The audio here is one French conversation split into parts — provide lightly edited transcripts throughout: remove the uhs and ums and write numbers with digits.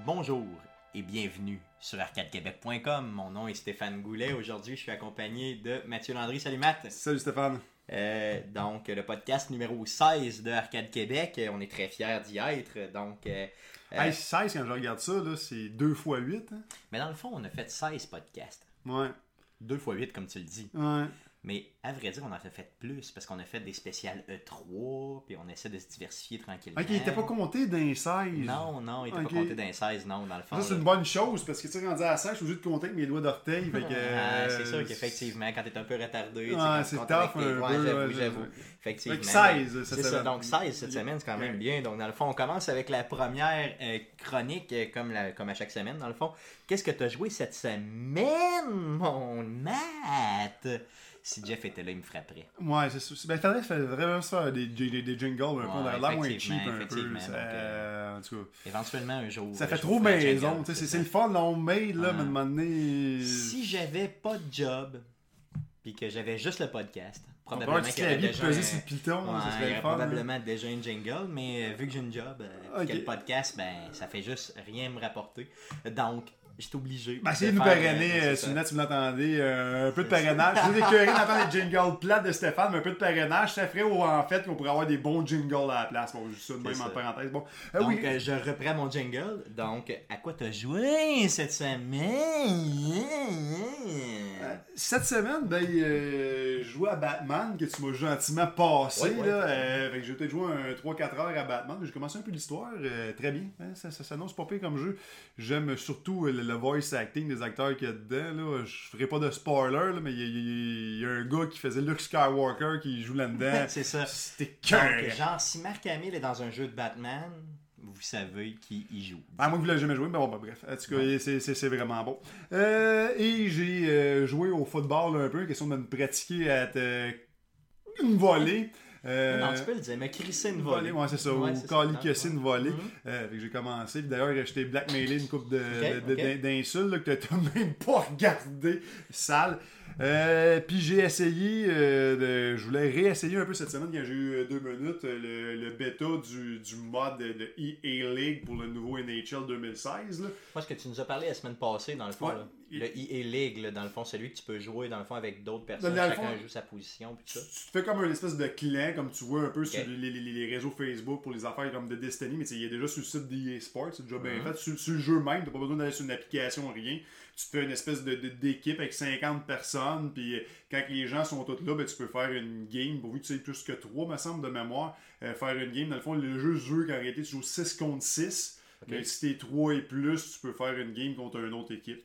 Bonjour et bienvenue sur arcadequebec.com. Mon nom est Stéphane Goulet. Aujourd'hui, je suis accompagné de Mathieu Landry. Salut Matt. Salut Stéphane. Donc, le podcast numéro 16 de Arcade Québec. On est très fiers d'y être. Donc, 16, quand je regarde ça, là, c'est 2 x 8. Hein? Mais dans le fond, on a fait 16 podcasts. Ouais. 2 x 8, comme tu le dis. Ouais. Mais à vrai dire, on en a fait plus parce qu'on a fait des spéciales E3 puis on essaie de se diversifier tranquillement. Ok, il n'était pas compté dans les 16. Non, il n'était pas compté dans les 16, non, dans le fond. Ça, c'est une bonne chose parce que tu sais, rendu à 16, je suis obligé de compter avec mes doigts d'orteil. C'est sûr qu'effectivement, quand t'es un peu retardé, c'est tough un peu. J'avoue. Effectivement. Avec 16, c'est ça. Donc 16 cette semaine, c'est quand même bien. Donc dans le fond, on commence avec la première chronique, comme à chaque semaine, dans le fond. Qu'est-ce que tu as joué cette semaine, mon Matt? Si Jeff était là, il me frapperait. Ouais, c'est ça. Ben, il faudrait vraiment se faire des jingles un peu. On aurait l'air moins cheap un peu. En tout cas. Éventuellement, un jour. Ça fait trop maison. C'est le fun, l'homemade, là, mais à un moment donné. Si j'avais pas de job, puis que j'avais juste le podcast, probablement qu'il y avait déjà peser sur le piton, ça serait fun. Probablement déjà un jingle, mais vu que j'ai une job, que le podcast, ben, ça fait juste rien me rapporter. Donc, j'étais obligé. Ben, essayez de nous parrainer sur le net si vous l'entendez. Un peu de parrainage. Je suis écœuré d'entendre les jingles plates de Stéphane, mais un peu de parrainage, ça ferait en fait qu'on pourrait avoir des bons jingles à la place. Bon, juste ça de même en parenthèse. Bon. Donc, je reprends mon jingle. Donc, à quoi t'as joué cette semaine? Cette semaine, ben, je jouais à Batman, que tu m'as gentiment passé. Fait que j'ai peut-être joué 3-4 heures à Batman. J'ai commencé un peu l'histoire. Très bien. Hein, ça s'annonce pas pire comme jeu. J'aime surtout le voice acting des acteurs qu'il y a dedans. Là. Je ferai pas de spoiler, là, mais il y a un gars qui faisait Luke Skywalker qui joue là-dedans. C'est ça. C'était cœur. Genre, si Marc Hamill est dans un jeu de Batman, vous savez qui y joue. Moi, je voulais jamais jouer, mais bon, bref. En tout cas, c'est vraiment bon. Et j'ai joué au football un peu, question de me pratiquer à une volée. Non, tu peux le dire, mais crisser une volée. Ouais, c'est ça, ou calicusser une volée. J'ai commencé, d'ailleurs, j'ai acheté blackmailé une couple d'insultes que t'as même pas regardé, sale. Puis j'ai essayé, je voulais réessayer un peu cette semaine quand j'ai eu 2 minutes, le bêta du mod de EA League pour le nouveau NHL 2016. Là. Moi, ce que tu nous as parlé la semaine passée, dans le fond, là, le EA League, là, dans le fond, celui que tu peux jouer dans le fond avec d'autres personnes, chacun joue sa position. Puis tout ça. Tu te fais comme une espèce de clan, comme tu vois un peu sur les réseaux Facebook pour les affaires comme de Destiny, mais il y a déjà sur le site d'EA Sports, c'est déjà bien fait. Sur le jeu même, t'as pas besoin d'aller sur une application, rien. Tu te fais une espèce d'équipe avec 50 personnes, puis quand les gens sont tous là, ben, tu peux faire une game, pourvu que tu sais plus que 3, me semble, de mémoire, faire une game. Dans le fond, le jeu se joue qu'en réalité, tu joues 6 contre 6. Mais si t'es 3 et plus, tu peux faire une game contre une autre équipe.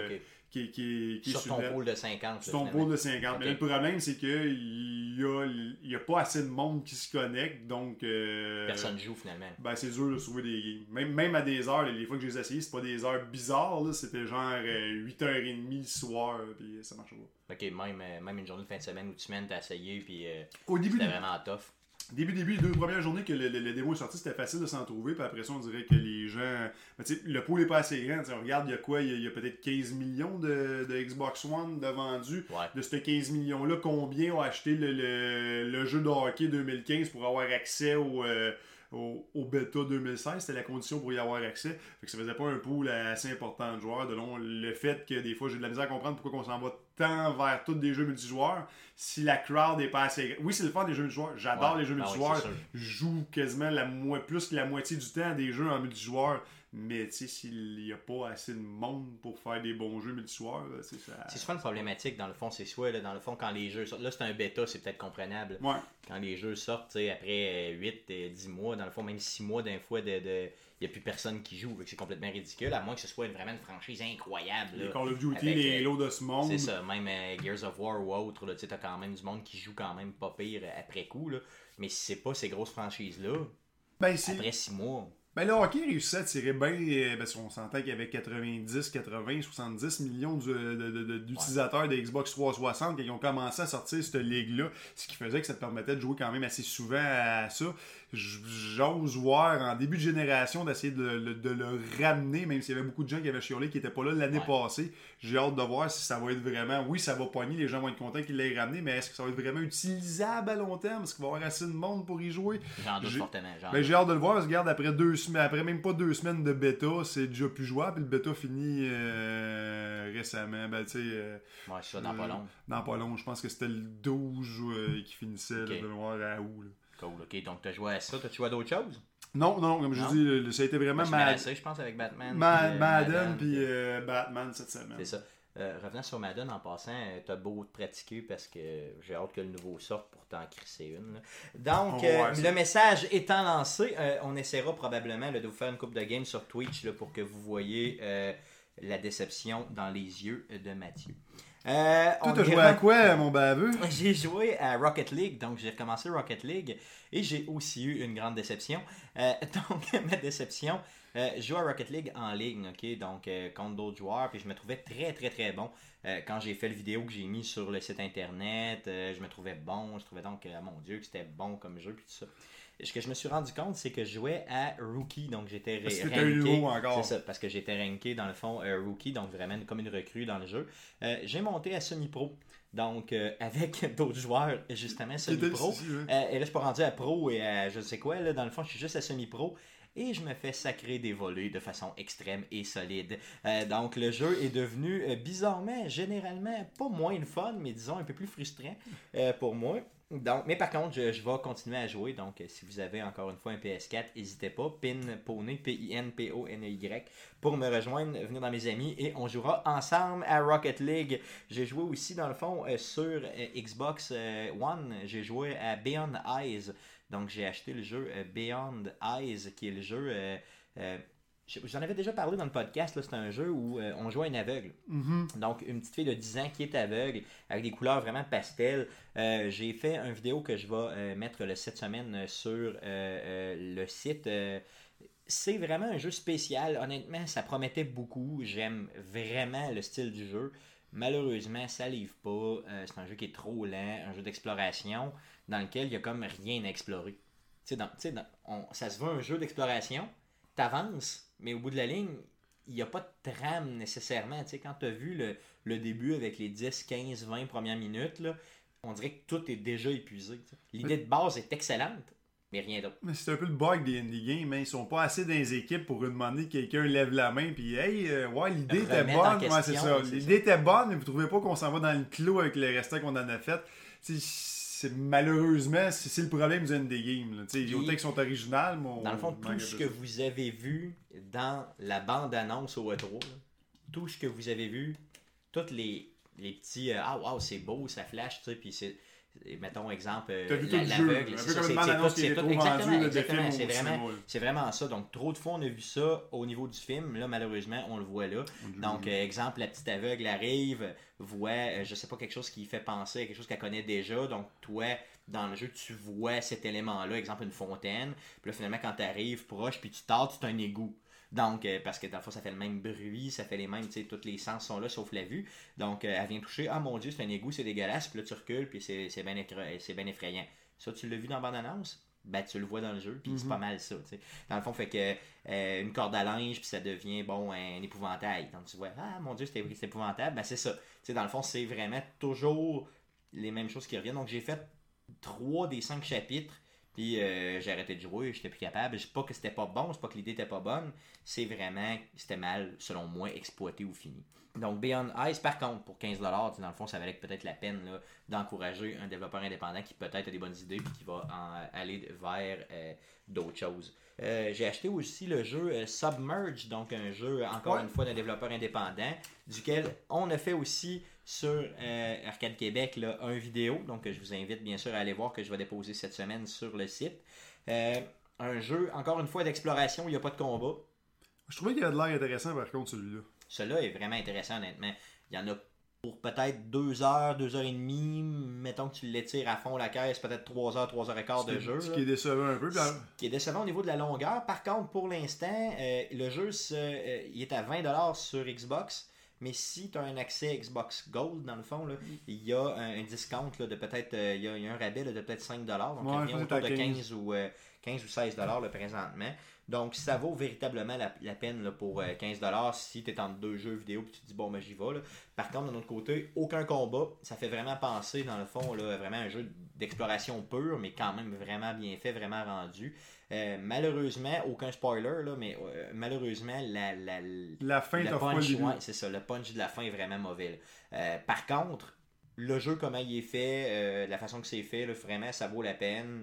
Qui sur ton pool de 50. Sur ton pool de 50. Mais le problème, c'est qu'il n'y a pas assez de monde qui se connecte, donc... personne joue, finalement. Ben, c'est dur de trouver des games. Même à des heures, les fois que j'ai essayé, c'est pas des heures bizarres, là, c'était genre 8h30 le soir, puis ça marche pas. Ok, même une journée de fin de semaine ou de semaine, t'as essayé, puis au début, c'était vraiment tough. Les 2 premières journées que le démo est sorti, c'était facile de s'en trouver. Puis après ça, on dirait que les gens... le pool n'est pas assez grand. On regarde, il y a quoi? Il y a peut-être 15 millions de Xbox One de vendus. Ouais. De ces 15 millions-là, combien ont acheté le jeu de hockey 2015 pour avoir accès au bêta 2016? C'était la condition pour y avoir accès. Fait que ça faisait pas un pool assez important de joueurs. Selon le fait que des fois, j'ai de la misère à comprendre pourquoi on s'en va tant vers tous des jeux multijoueurs si la crowd n'est pas assez... Oui, c'est le fun des jeux multijoueurs. J'adore les jeux multijoueurs. Je joue quasiment plus que la moitié du temps à des jeux en multijoueur. Mais tu sais, s'il n'y a pas assez de monde pour faire des bons jeux multijoueurs, c'est ça. C'est souvent une problématique, dans le fond, c'est soit, là, dans le fond, quand les jeux sortent, là c'est un bêta, c'est peut-être comprenable. Ouais. Quand les jeux sortent, après 8-10 mois, dans le fond, même 6 mois, d'un fois, il n'y a plus personne qui joue, c'est complètement ridicule, à moins que ce soit vraiment une franchise incroyable. Les Call of Duty, les Halo de ce monde. C'est ça, même Gears of War ou autre, tu as quand même du monde qui joue quand même pas pire après coup, là. Mais si c'est pas ces grosses franchises-là, après 6 mois... Ben, le hockey réussit à tirer bien, parce qu'on s'entend qu'il y avait 90, 80, 70 millions d'utilisateurs de Xbox 360 qui ont commencé à sortir cette ligue-là, ce qui faisait que ça te permettait de jouer quand même assez souvent à ça. J'ose voir en début de génération d'essayer de le ramener, même s'il y avait beaucoup de gens qui avaient chiolé qui n'étaient pas là l'année passée. J'ai hâte de voir si ça va être vraiment... Oui, ça va pogner, les gens vont être contents qu'ils l'aient ramené, mais est-ce que ça va être vraiment utilisable à long terme? Est-ce qu'il va y avoir assez de monde pour y jouer? J'en doute fortement. J'ai hâte de le voir, parce que regarde, après 2 semaines, semaines, après même pas 2 semaines de bêta, c'est déjà plus jouable. Puis le bêta finit récemment. Ben, tu sais. Ouais, c'est ça, dans pas long. Dans pas long. Je pense que c'était le 12 qui finissait Ok. de mémoire à août. Là. Cool, ok. Donc, t'as joué à ça. T'as joué à d'autres choses? Non, comme je dis, ça a été vraiment Je pense, avec Batman. Madden puis Batman cette semaine. C'est ça. Revenant sur Madden, en passant, t'as beau te pratiquer parce que j'ai hâte que le nouveau sorte pour t'en crisser une. Là. Donc, le message étant lancé, on essaiera probablement de vous faire une coupe de game sur Twitch là, pour que vous voyez la déception dans les yeux de Mathieu. Toi, t'as joué à quoi, mon baveux? J'ai joué à Rocket League, donc j'ai recommencé Rocket League et j'ai aussi eu une grande déception. Donc, ma déception, je joue à Rocket League en ligne, ok, donc contre d'autres joueurs, puis je me trouvais très très très bon. Quand j'ai fait le vidéo que j'ai mis sur le site internet, je me trouvais bon, je trouvais donc, mon Dieu, que c'était bon comme jeu, puis tout ça. Ce que je me suis rendu compte, c'est que je jouais à Rookie, donc j'étais ranké. C'est ça, parce que j'étais ranké dans le fond Rookie, donc vraiment comme une recrue dans le jeu. J'ai monté à semi-pro, donc avec d'autres joueurs, justement semi-pro. Et là, je suis pas rendu à pro et à je sais quoi, là, dans le fond, je suis juste à semi-pro. Et je me fais sacrer des volets de façon extrême et solide. Donc le jeu est devenu bizarrement, généralement, pas moins le fun, mais disons un peu plus frustrant pour moi. Donc, mais par contre, je vais continuer à jouer. Donc, si vous avez encore une fois un PS4, n'hésitez pas. Pinpony, P-I-N-P-O-N-E-Y, pour me rejoindre, venir dans mes amis et on jouera ensemble à Rocket League. J'ai joué aussi, dans le fond, sur Xbox One. J'ai joué à Beyond Eyes. Donc, j'ai acheté le jeu Beyond Eyes, qui est le jeu... J'en avais déjà parlé dans le podcast, là, c'est un jeu où on joue à une aveugle. Mm-hmm. Donc, une petite fille de 10 ans qui est aveugle, avec des couleurs vraiment pastel. J'ai fait une vidéo que je vais mettre cette semaine sur le site. C'est vraiment un jeu spécial. Honnêtement, ça promettait beaucoup. J'aime vraiment le style du jeu. Malheureusement, ça livre pas. C'est un jeu qui est trop lent, un jeu d'exploration dans lequel il n'y a comme rien à explorer. Ça se veut un jeu d'exploration. T'avances, mais au bout de la ligne, il n'y a pas de trame nécessairement. Tu sais, quand tu as vu le début avec les 10, 15, 20 premières minutes, là, on dirait que tout est déjà épuisé. Tu sais. L'idée de base est excellente, mais rien d'autre. Mais c'est un peu le bug des indie games. Hein. Ils sont pas assez dans les équipes pour demander que quelqu'un lève la main puis hey, ouais, l'idée était bonne. Ouais, c'est ça. L'idée était bonne, mais vous trouvez pas qu'on s'en va dans le clos avec le restant qu'on en a fait. Malheureusement, c'est le problème du indie game. Les autres qui sont originales, dans le fond, tout ce que vous avez vu dans la bande-annonce au E3, là, tout ce que vous avez vu, tous les petits ah wow, c'est beau, ça flash, tu sais, puis c'est mettons exemple l'aveugle, c'est vraiment ça. Donc trop de fois on a vu ça au niveau du film, là malheureusement on le voit là. Donc exemple la petite aveugle arrive, voit je sais pas quelque chose qui fait penser à quelque chose qu'elle connaît déjà, donc toi dans le jeu tu vois cet élément là, exemple une fontaine, puis là finalement quand tu arrives proche puis tu tâtes, c'est un égout. Donc, parce que dans le fond, ça fait le même bruit, ça fait les mêmes, tu sais, tous les sens sont là sauf la vue. Donc, elle vient toucher, ah mon Dieu, c'est un égout, c'est dégueulasse, puis là tu recules, puis c'est bien effrayant. Ça, tu l'as vu dans la bande-annonce? Ben, tu le vois dans le jeu, puis c'est pas mal ça, tu sais. Dans le fond, fait que une corde à linge, puis ça devient, bon, un épouvantail. Donc, tu vois, ah mon Dieu, c'est épouvantable, ben c'est ça. Tu sais, dans le fond, c'est vraiment toujours les mêmes choses qui reviennent. Donc, j'ai fait 3 des 5 chapitres. Puis j'ai arrêté de jouer, j'étais plus capable. C'est pas que c'était pas bon, c'est pas que l'idée était pas bonne, c'est vraiment, c'était mal, selon moi, exploité ou fini. Donc Beyond Ice, par contre, pour 15$, dans le fond, ça valait peut-être la peine là, d'encourager un développeur indépendant qui peut-être a des bonnes idées et qui va aller vers d'autres choses. J'ai acheté aussi le jeu Submerge, donc un jeu, encore une fois, d'un développeur indépendant, duquel on a fait aussi sur Arcade Québec là, un vidéo, donc je vous invite bien sûr à aller voir que je vais déposer cette semaine sur le site. Un jeu, encore une fois, d'exploration, il n'y a pas de combat. Je trouvais qu'il y a de l'air intéressant par contre celui-là. Celui-là est vraiment intéressant honnêtement. Il y en a pour peut-être 2 heures, 2 heures et demie, mettons que tu l'étires à fond la caisse, peut-être 3 heures, 3 heures et quart de jeu. Ce qui est décevant un peu. Ce qui est décevant au niveau de la longueur. Par contre, pour l'instant, le jeu il est à 20$ sur Xbox. Mais si tu as un accès Xbox Gold, dans le fond, là, il y a un discount là, de peut-être, il y a un rabais là, de peut-être 5$. Donc, il revient autour de 15 ou 16$ là, présentement. Donc, ça vaut véritablement la peine là, pour 15$ si tu es entre deux jeux vidéo et tu te dis, bon, ben j'y vais. Là. Par contre, de notre côté, aucun combat. Ça fait vraiment penser, dans le fond, là, vraiment un jeu d'exploration pure, mais quand même vraiment bien fait, vraiment rendu. Malheureusement, aucun spoiler, là, mais malheureusement, la fin le t'offre pas le punch, début. ouais, c'est ça, le punch de la fin est vraiment mauvais. Par contre, le jeu, comment il est fait, la façon que c'est fait, là, vraiment, ça vaut la peine.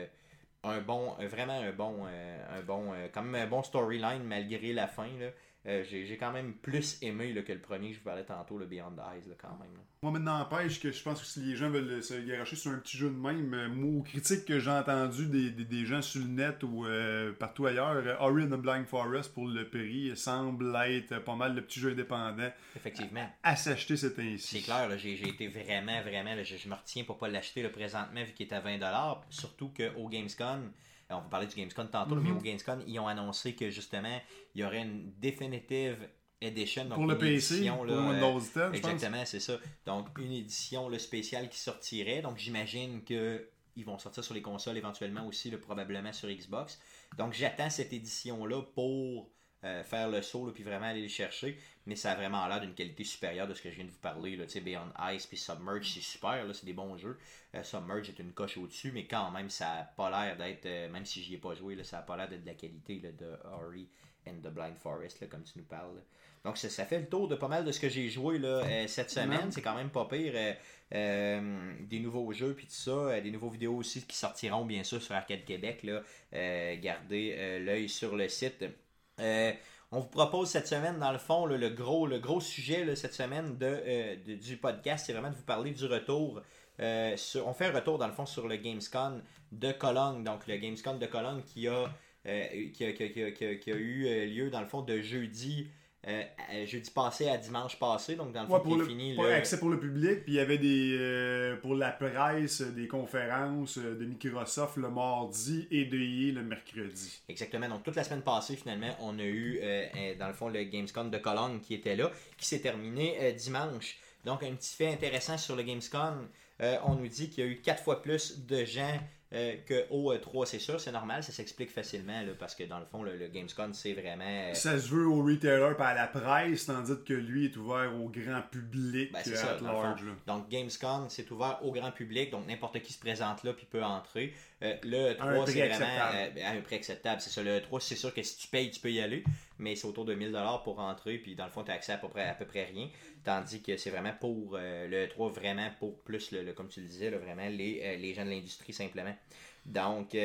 Quand même un bon storyline malgré la fin. Là. J'ai quand même plus aimé là, que le premier que je vous parlais tantôt, le Beyond the Eyes, là, quand même. Là. Moi, maintenant, n'empêche que je pense que si les gens veulent se garocher sur un petit jeu de même, moi, aux critiques que j'ai entendues des gens sur le net ou partout ailleurs, Ori and the Blind Forest pour le prix semble être pas mal le petit jeu indépendant. Effectivement. À s'acheter cet ainsi. C'est clair, là, j'ai été vraiment, là, je me retiens pour pas l'acheter là, présentement vu qu'il est à 20$. Surtout qu'au Gamescom, on va parler du Gamescom tantôt, mais au Gamescom, ils ont annoncé que justement, il y aurait une Definitive Edition. Donc pour le PC, édition, pour là, Windows 10, exactement, c'est ça. Donc, une édition là, spéciale qui sortirait. Donc, j'imagine que ils vont sortir sur les consoles éventuellement aussi, là, probablement sur Xbox. Donc, j'attends cette édition-là pour faire le saut, puis vraiment aller les chercher. Mais ça a vraiment l'air d'une qualité supérieure de ce que je viens de vous parler. Là. Beyond Ice puis Submerge, c'est super, là, c'est des bons jeux. Submerge est une coche au-dessus, mais quand même, ça n'a pas l'air d'être, même si j'y ai pas joué, là, ça n'a pas l'air d'être de la qualité là, de Ori and the Blind Forest, là, comme tu nous parles. Là. Donc, ça fait le tour de pas mal de ce que j'ai joué là, cette semaine. C'est quand même pas pire. Des nouveaux jeux, puis tout ça. Des nouveaux vidéos aussi qui sortiront, bien sûr, sur Arcade Québec. Là. Gardez l'œil sur le site. On vous propose cette semaine, dans le fond, là, le gros sujet là, cette semaine du podcast, c'est vraiment de vous parler du retour. On fait un retour, dans le fond, sur le Gamescom de Cologne. Donc, le Gamescom de Cologne qui a eu lieu, dans le fond, de jeudi passé à dimanche passé, donc dans le fond qui est fini. Accès pour le public, puis il y avait pour la presse des conférences de Microsoft le mardi et de EA le mercredi. Exactement, donc toute la semaine passée finalement on a eu dans le fond le Gamescom de Cologne qui était là, qui s'est terminé dimanche. Donc un petit fait intéressant sur le Gamescom, on nous dit qu'il y a eu 4 fois plus de gens qu'au 3, c'est sûr, c'est normal, ça s'explique facilement là, parce que dans le fond, le Gamescom, c'est vraiment. Ça se veut au retailer par la presse, tandis que lui est ouvert au grand public c'est ça, large. Donc Gamescom, c'est ouvert au grand public, donc n'importe qui se présente là puis peut entrer. Le 3, c'est vraiment à un prix acceptable. C'est ça, le 3, c'est sûr que si tu payes, tu peux y aller, mais c'est autour de 1000$ pour rentrer, puis dans le fond, tu as accès à peu près rien. Tandis que c'est vraiment pour le 3, vraiment pour plus, comme tu le disais, là, vraiment les gens de l'industrie simplement. Donc,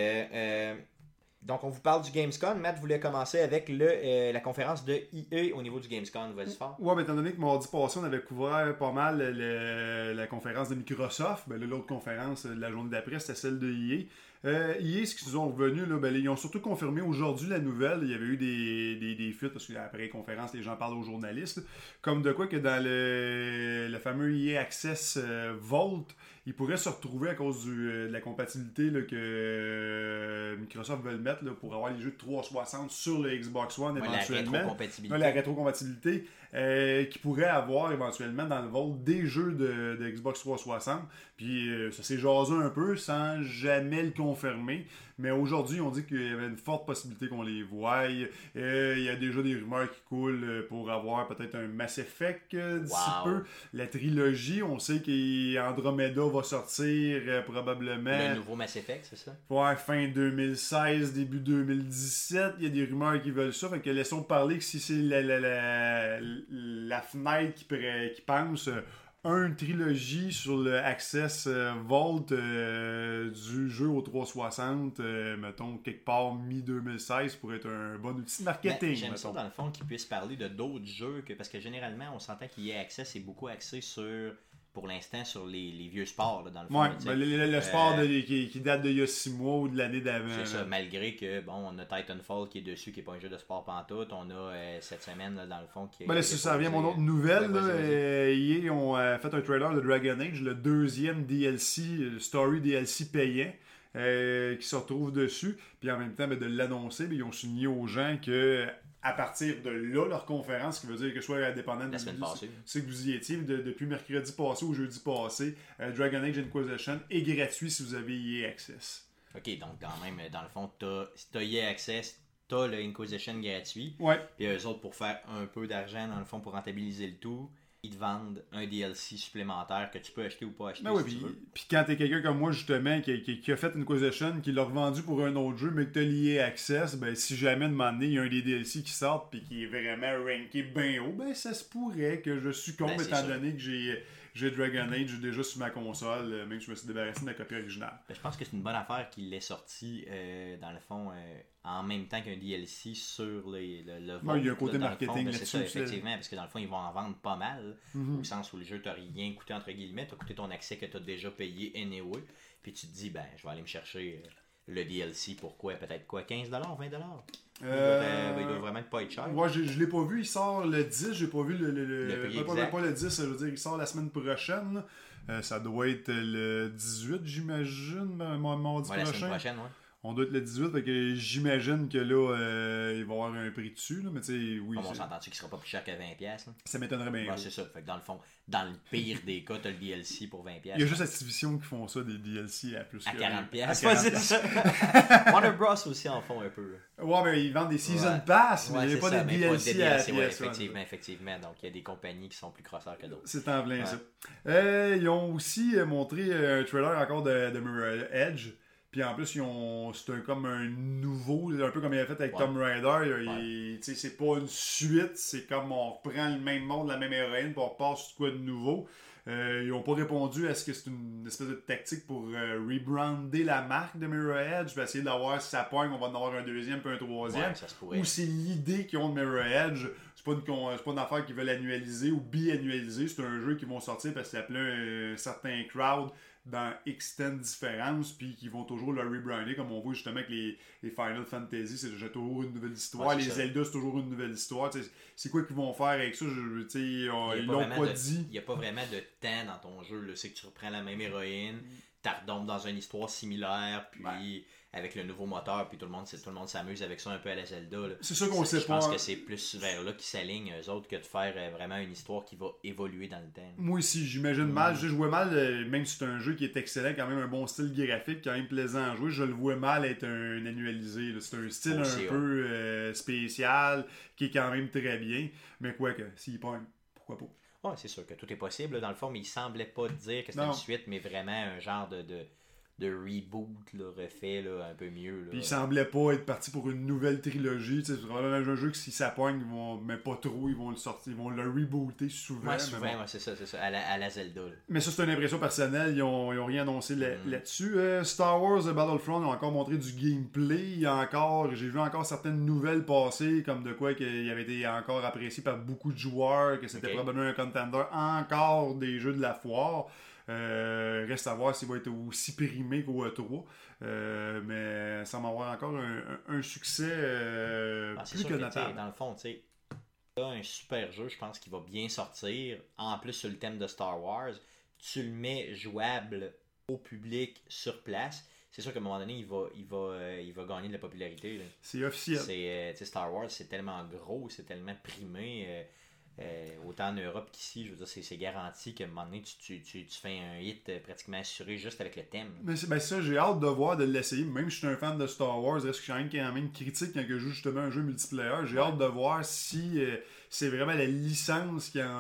on vous parle du Gamescom. Matt voulait commencer avec la conférence de EA au niveau du Gamescom. Vas-y fort. Ouais, mais étant donné que mardi passé, on avait couvert pas mal la conférence de Microsoft, ben, l'autre conférence de la journée d'après, c'était celle de EA. EA, ce qu'ils sont revenus, là, ben, ils ont surtout confirmé aujourd'hui la nouvelle. Il y avait eu des fuites, parce qu'après les conférences, les gens parlent aux journalistes. Comme de quoi que dans le fameux EA Access Vault, ils pourraient se retrouver à cause de la compatibilité là, que Microsoft veut le mettre là, pour avoir les jeux de 360 sur le Xbox One éventuellement. La rétrocompatibilité. Qui pourrait avoir éventuellement dans le Vault des jeux de Xbox 360. Puis ça s'est jasé un peu sans jamais le confirmer. Mais aujourd'hui, on dit qu'il y avait une forte possibilité qu'on les voie. Il y a déjà des rumeurs qui coulent pour avoir peut-être un Mass Effect d'ici peu. La trilogie, on sait qu'Andromeda va sortir probablement. Le nouveau Mass Effect, c'est ça? Ouais, fin 2016, début 2017. Il y a des rumeurs qui veulent ça. Fait que laissons parler que si c'est la fenêtre qui pense une trilogie sur le Access Vault du jeu au 360, mettons quelque part mi-2016 pour être un bon outil de marketing. J'aime ça dans le fond qu'ils puissent parler de d'autres jeux parce que généralement on s'entend qu'il y ait Access c'est beaucoup axé pour l'instant sur les vieux sports là, dans le fond. Ouais, le sport qui date d'il y a 6 mois ou de l'année d'avant. C'est ça, malgré que on a Titanfall qui est dessus, qui n'est pas un jeu de sport pantoute. On a cette semaine là, dans le fond qui là, si ça revient mon autre nouvelle, ils ont fait un trailer de Dragon Age, le deuxième DLC, le Story DLC payant. Qui se retrouve dessus, puis en même temps de l'annoncer, ils ont souligné aux gens que à partir de là, leur conférence, ce qui veut dire que soit indépendant de la semaine passée, c'est que vous y étiez, depuis mercredi passé au jeudi passé, Dragon Age Inquisition est gratuit si vous avez EA Access. Ok, donc quand même, dans le fond, si tu as EA Access, t'as le Inquisition gratuit. Ouais. Puis eux autres, pour faire un peu d'argent, dans le fond, pour rentabiliser le tout, ils te vendent un DLC supplémentaire que tu peux acheter ou pas acheter si tu veux. Puis quand t'es quelqu'un comme moi, justement, qui a fait une Inquisition, qui l'a revendu pour un autre jeu, mais que t'as lié Access, ben si jamais de moment donné, il y a un des DLC qui sortent puis qui est vraiment ranké bien haut, ben ça se pourrait que je succombe étant donné que j'ai Dragon Age déjà sur ma console, même que je me suis débarrassé de ma copie originale. Ben, je pense que c'est une bonne affaire qu'il l'ait sorti, dans le fond, en même temps qu'un DLC sur le Il y a un côté marketing là-dessus. C'est ça, là-dessus. effectivement, parce que dans le fond, ils vont en vendre pas mal, au sens où le jeu t'a rien coûté, entre guillemets, t'as coûté ton accès que t'as déjà payé anyway, puis tu te dis, ben, je vais aller me chercher le DLC, pourquoi? Peut-être quoi? $15? $20? Il doit vraiment pas être cher. Ouais, je l'ai pas vu, il sort le 10, j'ai pas vu Le prix exact. pas le 10, je veux dire, il sort la semaine prochaine. Ça doit être le 18, j'imagine, mardi La prochain. semaine prochaine, ouais. On doit être le 18, fait que j'imagine que là, il va y avoir un prix dessus, là, mais tu sais, oui. On s'entend-tu qu'il sera pas plus cher que 20$? Là? Ça m'étonnerait bien. Ouais, c'est ça. Fait que dans le fond, dans le pire des cas, t'as le DLC pour 20$. Il y a juste Activision qui font ça, des DLC à plus à que... 40$. À C'est ça. Warner Bros aussi en font un peu. Ouais, mais ils vendent des Season Pass, mais il n'y a pas ça, des DLC à ouais, PS1. effectivement. Donc, il y a des compagnies qui sont plus crosseurs que d'autres. C'est en plein ça. Ils ont aussi montré un trailer encore de Mirror Edge. Puis en plus, c'est comme un nouveau, un peu comme il a fait avec Tomb Raider. C'est pas une suite, c'est comme on reprend le même monde, la même héroïne, puis on repart sur quoi de nouveau. Ils n'ont pas répondu à ce que c'est une espèce de tactique pour rebrander la marque de Mirror Edge, puis essayer d'avoir, si ça pogne, on va en avoir un deuxième puis un troisième. Ouais, ça se pourrait. Ou c'est l'idée qu'ils ont de Mirror Edge. C'est pas une affaire qu'ils veulent annualiser ou bi-annualiser. C'est un jeu qui vont sortir parce que ça plaît un certain crowd dans X10 différences, puis qui vont toujours le rebrander, comme on voit justement avec les Final Fantasy, c'est déjà toujours une nouvelle histoire. Les Zelda, c'est toujours une nouvelle histoire. T'sais, c'est quoi qu'ils vont faire avec ça? Ils l'ont pas dit. Il n'y a pas vraiment de temps dans ton jeu. Là. C'est que tu reprends la même héroïne, tu retombes dans une histoire similaire, puis avec le nouveau moteur, puis tout le monde s'amuse avec ça un peu à la Zelda. Là. C'est ça qu'on sait pas. Je pense que c'est plus vers là qu'ils s'alignent, eux autres, que de faire vraiment une histoire qui va évoluer dans le temps. Moi aussi, j'imagine mal. Je jouais mal, même si c'est un jeu qui est excellent, quand même un bon style graphique, quand même plaisant à jouer, je le vois mal être un annualisé. Là. C'est un style un peu spécial, qui est quand même très bien. Mais quoi que, s'il pogne, pourquoi pas? Ouais, c'est sûr que tout est possible, dans le fond, mais il semblait pas dire que c'était une suite, mais vraiment un genre de reboot là, refait là, un peu mieux. Là. Puis il semblait pas être parti pour une nouvelle trilogie. C'est vraiment un jeu que si ça pogne, mais pas trop, ils vont le sortir, ils vont le rebooter souvent. Ouais, souvent, c'est ça, à la Zelda. Là. Mais ça, c'est une impression personnelle, ils ont rien annoncé là-dessus. Star Wars Battlefront, ils ont encore montré du gameplay. J'ai vu encore certaines nouvelles passer, comme de quoi qu'il avait été encore apprécié par beaucoup de joueurs, que c'était probablement un contender encore des jeux de la foire. Reste à voir s'il va être aussi périmé qu'au E3. Mais ça va avoir encore un succès plus que notable. Dans le fond, tu sais, un super jeu, je pense qu'il va bien sortir. En plus, sur le thème de Star Wars, tu le mets jouable au public sur place. C'est sûr qu'à un moment donné, il va gagner de la popularité. Là. C'est officiel. Star Wars, c'est tellement gros, c'est tellement primé. Autant en Europe qu'ici, je veux dire, c'est garanti qu'à un moment donné, tu fais un hit pratiquement assuré juste avec le thème. Mais ça, j'ai hâte de voir, de l'essayer. Même si je suis un fan de Star Wars, est-ce que je suis quand même critique quand je joue justement un jeu multiplayer? J'ai hâte de voir si c'est vraiment la licence qui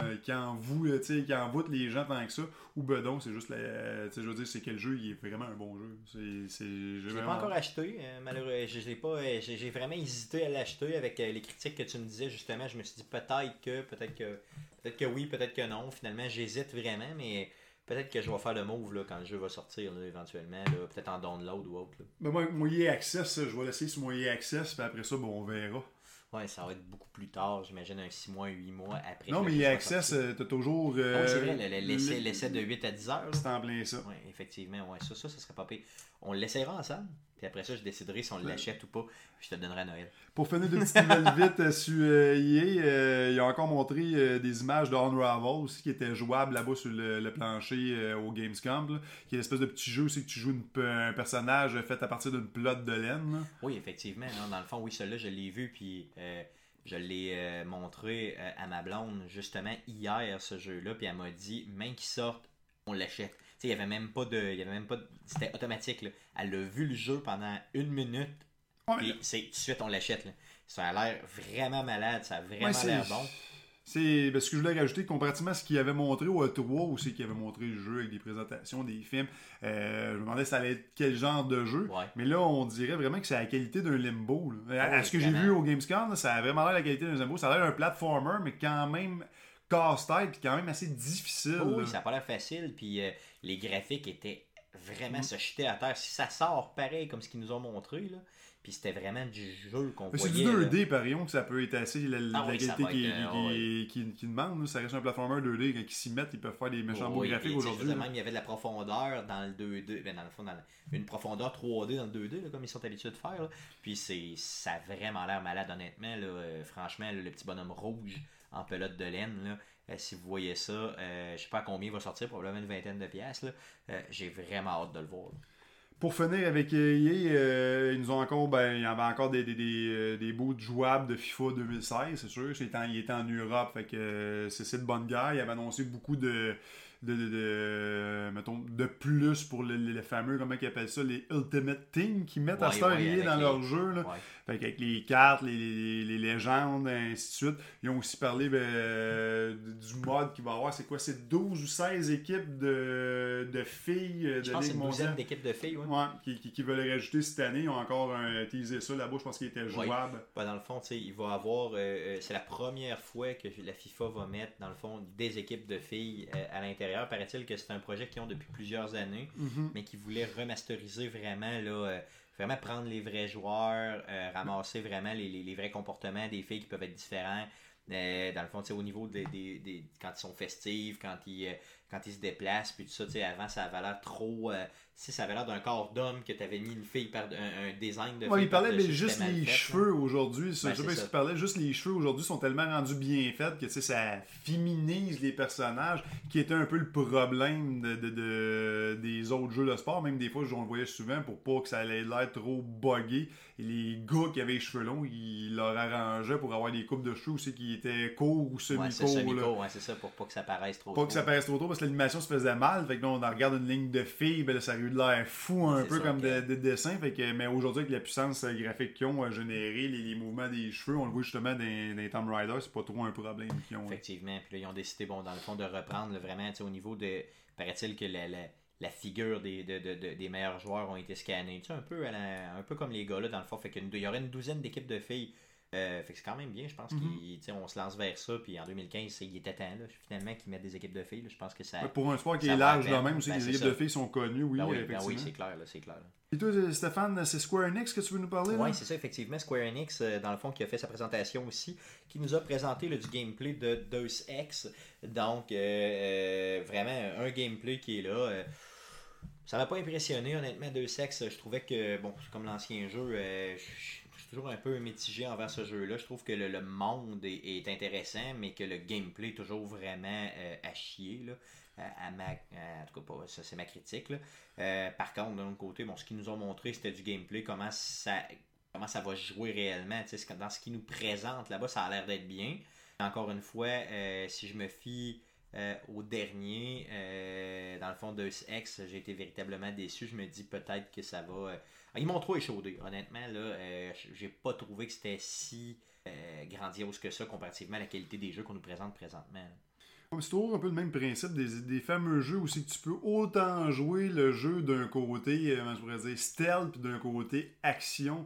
envoûte les gens tant que ça, ou ben non, c'est juste je veux dire, c'est quel jeu, il est vraiment un bon jeu. Je l'ai pas encore acheté, malheureusement. J'ai vraiment hésité à l'acheter avec les critiques que tu me disais, justement. Je me suis dit peut-être que oui, peut-être que non. Finalement, j'hésite vraiment, mais peut-être que je vais faire le move là, quand le jeu va sortir là, éventuellement, là, peut-être en download ou autre. Là. Ben moi, EA Access, je vais l'essayer sur mon EA Access, puis après ça, on verra. Ouais, ça va être beaucoup plus tard, j'imagine un 6 mois, 8 mois après. Non, mais EA Access, t'as toujours... oui, c'est vrai, l'essai de 8 à 10 heures. C'est en plein ça. Oui, effectivement, ouais, ça serait pas pire. On l'essayera ensemble. Puis après ça, je déciderai si on l'achète ou pas. Puis je te donnerai à Noël. Pour finir de petites nouvelles vite sur EA, ils ont encore montré des images de Unravel aussi qui étaient jouables là-bas sur le plancher au Gamescom. Là, qui est l'espèce de petit jeu aussi que tu joues un personnage fait à partir d'une pelote de laine. Là. Oui, effectivement. Non, dans le fond, oui, celui-là, je l'ai vu. Puis je l'ai montré à ma blonde justement hier, ce jeu-là. Puis elle m'a dit, même qu'il sorte, on l'achète. Il n'y avait même pas de. C'était automatique. Là. Elle a vu le jeu pendant 1 minute. Ouais, Puis tout de suite, on l'achète. Là. Ça a l'air vraiment malade, ça a vraiment ouais, l'air bon. C'est ce que je voulais rajouter, comparativement à ce qu'il avait montré au E3, aussi qu'il avait montré le jeu avec des présentations, des films. Je me demandais si ça allait être quel genre de jeu. Ouais. Mais là, on dirait vraiment que c'est la qualité d'un Limbo. Là. À Oui, ce que j'ai vraiment. vu au Gamescom, là, ça a vraiment l'air la qualité d'un Limbo. Ça a l'air un platformer, mais quand même casse-tête, puis quand même assez difficile. Oui, là. ça n'a pas l'air facile, puis les graphiques étaient vraiment se jeter à terre. Si ça sort pareil comme ce qu'ils nous ont montré, là, puis c'était vraiment du jeu qu'on Mais voyait. c'est du 2D, par exemple, que ça peut être assez la oui, ça qualité va être, qui demande. Là. Ça reste un platformer 2D. Quand ils s'y mettent, ils peuvent faire des méchants beaux Oui, graphiques puis, aujourd'hui. je veux dire, là. même il y avait de la profondeur dans le 2D, ben, dans le fond, une profondeur 3D dans le 2D, là, comme ils sont habitués de faire. Là. Puis ça a vraiment l'air malade, honnêtement. Là, franchement, là, le petit bonhomme rouge en pelote de laine, là, si vous voyez ça, je sais pas à combien il va sortir, probablement une vingtaine de piastres. Là. J'ai vraiment hâte de le voir. Là. Pour finir avec EA, ils nous ont encore, il y avait encore des bouts jouables de FIFA 2016, c'est sûr. Il était en Europe, fait que c'est de bonne guerre. Il avait annoncé beaucoup mettons, de plus pour les fameux, comment ils appellent ça, les Ultimate Team qui mettent à cette heure EA dans leur jeu. Là. Ouais. Fait qu'avec les cartes, les légendes, ainsi de suite. Ils ont aussi parlé du mode qu'il va y avoir. C'est quoi? C'est 12 ou 16 équipes de filles Je de pense que c'est Ligue une douzaine mondiale. d'équipes de filles. Ouais. Ouais, qui veulent les rajouter cette année. Ils ont encore teasé ça là-bas. Je pense qu'il était jouable. Ben, dans le fond, il va avoir. C'est la première fois que la FIFA va mettre, dans le fond, des équipes de filles à l'intérieur. Paraît-il que c'est un projet qu'ils ont depuis plusieurs années, mais qui voulaient remasteriser vraiment, là, vraiment prendre les vrais joueurs, ramasser vraiment les vrais comportements des filles qui peuvent être différents. Dans le fond, au niveau quand ils sont festifs, quand ils se déplacent, puis tout ça, avant, ça avait l'air trop. Ça avait l'air d'un corps d'homme que tu avais mis une fille par un design de fille. Ouais, il parlait par-dessus, juste c'était mal les fait, cheveux aujourd'hui. Ben, Je sais c'est pas ce ça. qu'il parlait. Juste les cheveux aujourd'hui sont tellement rendus bien faits que ça féminise les personnages, qui était un peu le problème des autres jeux de sport. Même des fois, on le voyait souvent pour pas que ça allait l'air trop buggé. Et les gars qui avaient les cheveux longs, ils leur arrangeaient pour avoir des coupes de cheveux aussi qui étaient courts ou Ouais, c'est semi-courts. là. semi-court, ouais, c'est ça, pour pas que ça paraisse trop Pas que ça paraisse trop tôt parce que l'animation se faisait mal. Fait que là, on regarde une ligne de filles, ben là, ça a eu de l'air fou un C'est peu ça, comme ok. des dessins. Fait que, mais aujourd'hui, avec la puissance graphique qu'ils ont généré, les mouvements des cheveux, on le voit justement dans Tomb Raider, c'est pas trop un problème qu'ils ont. Effectivement, puis là, ils ont décidé, bon, dans le fond, de reprendre là, vraiment, au niveau de. Paraît-il que la figure des meilleurs joueurs ont été scannés. Un peu, un peu comme les gars, là, dans le fond. Fait qu'il y aurait une douzaine d'équipes de filles. Fait que c'est quand même bien, je pense qu'on se lance vers ça, puis en 2015, il était temps, là, finalement, qu'ils mettent des équipes de filles. Là, je pense que ça. Pour un sport qui ça est va large à de peine. même, aussi Ben, les c'est équipes ça. de filles sont connues, oui, Ben oui, effectivement. c'est clair, là, c'est clair. Là. Et toi, Stéphane, c'est Square Enix que tu veux nous parler? Oui, là? c'est ça, effectivement. Square Enix, dans le fond, qui a fait sa présentation aussi, qui nous a présenté là, du gameplay de Deus Ex. Donc, vraiment, un gameplay qui est là. Ça m'a pas impressionné, honnêtement, Deus Ex. Je trouvais que, bon, comme l'ancien jeu, je suis toujours un peu mitigé envers ce jeu-là. Je trouve que le monde est intéressant, mais que le gameplay est toujours vraiment à chier, là. En tout cas, ça c'est ma critique. Là. Par contre, d'un autre côté, bon, ce qu'ils nous ont montré, c'était du gameplay, comment ça va se jouer réellement. Dans ce qu'ils nous présentent là-bas, ça a l'air d'être bien. Encore une fois, si je me fie au dernier, dans le fond, Deus Ex, j'ai été véritablement déçu. Je me dis peut-être que ça va. Ils m'ont trop échaudé, honnêtement. Là, j'ai pas trouvé que c'était si grandiose que ça comparativement à la qualité des jeux qu'on nous présente présentement. Là. C'est toujours un peu le même principe des fameux jeux aussi que tu peux autant jouer le jeu d'un côté, je pourrais dire stealth, puis d'un côté action.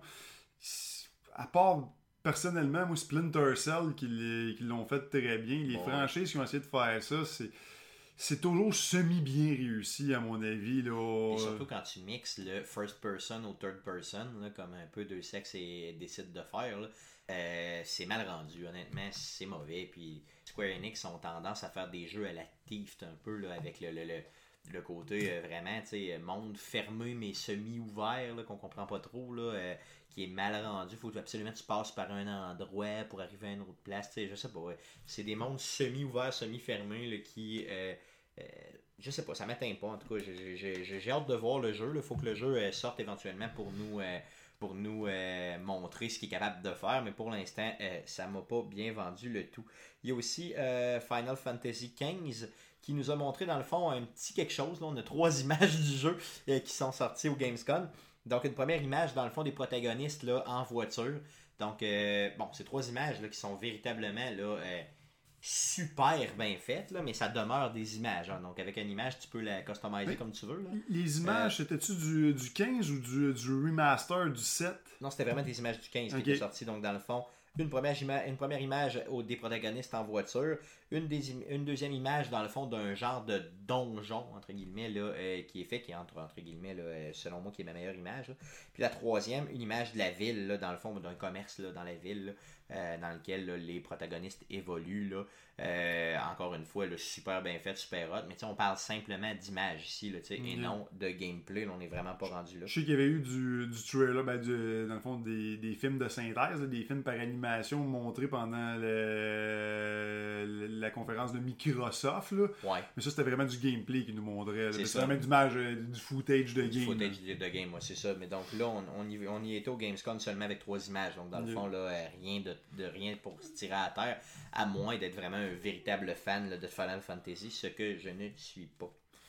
À part personnellement, moi, Splinter Cell qui l'ont fait très bien. Les franchises qui ont essayé de faire ça, c'est toujours semi-bien réussi, à mon avis. Là. Et surtout quand tu mixes le first person au third person, là, comme un peu Deus Ex décide de faire, là, c'est mal rendu, honnêtement, c'est mauvais. Puis Square Enix ont tendance à faire des jeux à la Thief un peu, là, avec le côté vraiment, tu sais, monde fermé mais semi-ouvert, là, qu'on comprend pas trop, là, qui est mal rendu. Faut absolument que tu passes par un endroit pour arriver à une autre place, tu sais, je sais pas. Ouais. C'est des mondes semi-ouverts, semi-fermés, là, qui... je sais pas, ça m'atteint pas en tout cas. J'ai hâte de voir le jeu. Il faut que le jeu sorte éventuellement pour nous montrer ce qu'il est capable de faire, mais pour l'instant, ça m'a pas bien vendu le tout. Il y a aussi Final Fantasy XV qui nous a montré dans le fond un petit quelque chose. Là, on a 3 images du jeu qui sont sorties au Gamescom. Donc, une première image, dans le fond, des protagonistes là, en voiture. Donc, c'est 3 images là, qui sont véritablement là, super bien faites, là, mais ça demeure des images. Hein. Donc, avec une image, tu peux la customiser comme tu veux. Là. Les images, c'était-tu du 15 ou du remaster du 7? Non, c'était vraiment des images du 15 qui étaient sorties. Donc, dans le fond, une première image des protagonistes en voiture, une deuxième image, dans le fond, d'un genre de donjon, entre guillemets, là, qui est fait, qui est entre guillemets, là, selon moi, qui est ma meilleure image. Là. Puis la troisième, une image de la ville, là, dans le fond, d'un commerce là, dans la ville, là, dans lequel là, les protagonistes évoluent. Là. Encore une fois, là, super bien fait, super hot. Mais on parle simplement d'image ici, là, et non de gameplay. Là, on n'est vraiment pas rendu là. Je sais qu'il y avait eu du trailer, dans le fond, des films de synthèse, là, des films par animation montrés pendant la conférence de Microsoft. Là. Ouais. Mais ça, c'était vraiment du gameplay qu'ils nous montraient. C'est vraiment d'image, du footage de game. Du footage de game, moi, c'est ça. Mais donc là, on y était au Gamescom seulement avec 3 images. Donc, dans le fond, là, rien pour se tirer à terre, à moins d'être vraiment un véritable fan là, de Final Fantasy, ce que je ne suis pas.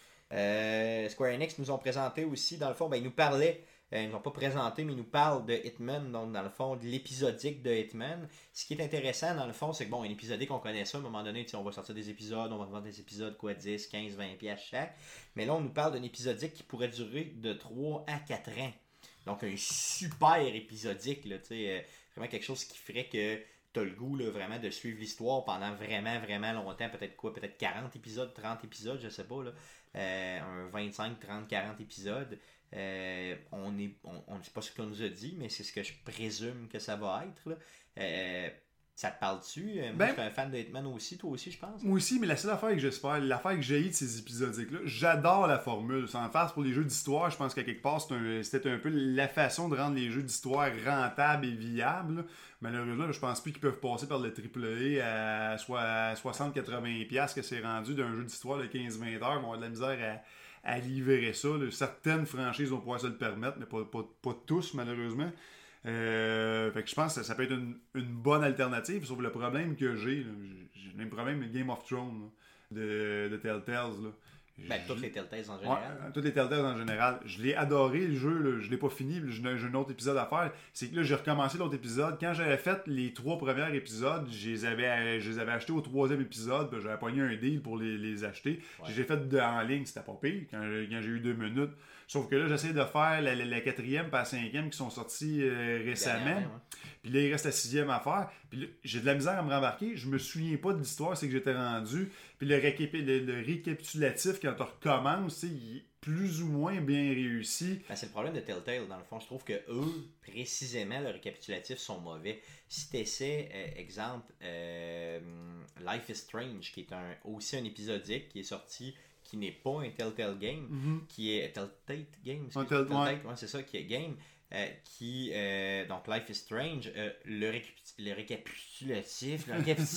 Square Enix nous ont présenté aussi, dans le fond, ils nous parlaient, ils nous ont pas présenté, mais ils nous parlent de Hitman, donc dans le fond, de l'épisodique de Hitman. Ce qui est intéressant, dans le fond, c'est que, un épisodique, on connaît ça, à un moment donné, on va sortir des épisodes, on va vendre des épisodes, 10, 15, 20 piastres chaque. Mais là, on nous parle d'un épisodique qui pourrait durer de 3 à 4 ans. Donc, un super épisodique, là, vraiment quelque chose qui ferait que tu as le goût là, vraiment de suivre l'histoire pendant vraiment, vraiment longtemps. Peut-être 40 épisodes, 30 épisodes, je sais pas. Là. Un 25, 30, 40 épisodes. On ne sait pas ce qu'on nous a dit, mais c'est ce que je présume que ça va être. Là. Ça te parle-tu? Moi, je suis un fan de Hitman aussi, toi aussi, je pense. Moi aussi, mais la seule affaire que j'espère, l'affaire que j'ai de ces épisodiques-là, j'adore la formule. Sans face pour les jeux d'histoire, je pense qu'à quelque part, c'était un peu la façon de rendre les jeux d'histoire rentables et viables. Là. Malheureusement, je pense plus qu'ils peuvent passer par le AAA à 60-80$ que c'est rendu d'un jeu d'histoire de 15-20 heures. Ils vont avoir de la misère à livrer ça. Là. Certaines franchises vont pouvoir se le permettre, mais pas tous, malheureusement. Fait que je pense que ça peut être une bonne alternative, sauf le problème que j'ai le même problème avec Game of Thrones là, de Telltales là. Toutes les Telltales en général. Ouais, toutes les Telltales en général. Je l'ai adoré le jeu, là. Je l'ai pas fini, j'ai un autre épisode à faire. C'est que là j'ai recommencé l'autre épisode. Quand j'avais fait les 3 premiers épisodes, je les avais achetés au 3e épisode, puis j'avais pogné un deal pour les acheter. Ouais. J'ai fait en ligne, c'était pas pire quand j'ai eu 2 minutes. Sauf que là, j'essaie de faire la 4e et la 5e qui sont sortis récemment. Ouais. Puis là, il reste la 6e à faire. Puis là, j'ai de la misère à me rembarquer. Je me souviens pas de l'histoire, c'est que j'étais rendu. Puis le récapitulatif, quand tu recommences, il est plus ou moins bien réussi. C'est le problème de Telltale, dans le fond. Je trouve que eux, précisément, le récapitulatif sont mauvais. Si tu essaies, exemple, Life is Strange, qui est aussi un épisodique qui est sorti, qui n'est pas un Telltale Game, qui est Telltale Game, c'est ça, qui est Game, donc Life is Strange, le récapitulatif,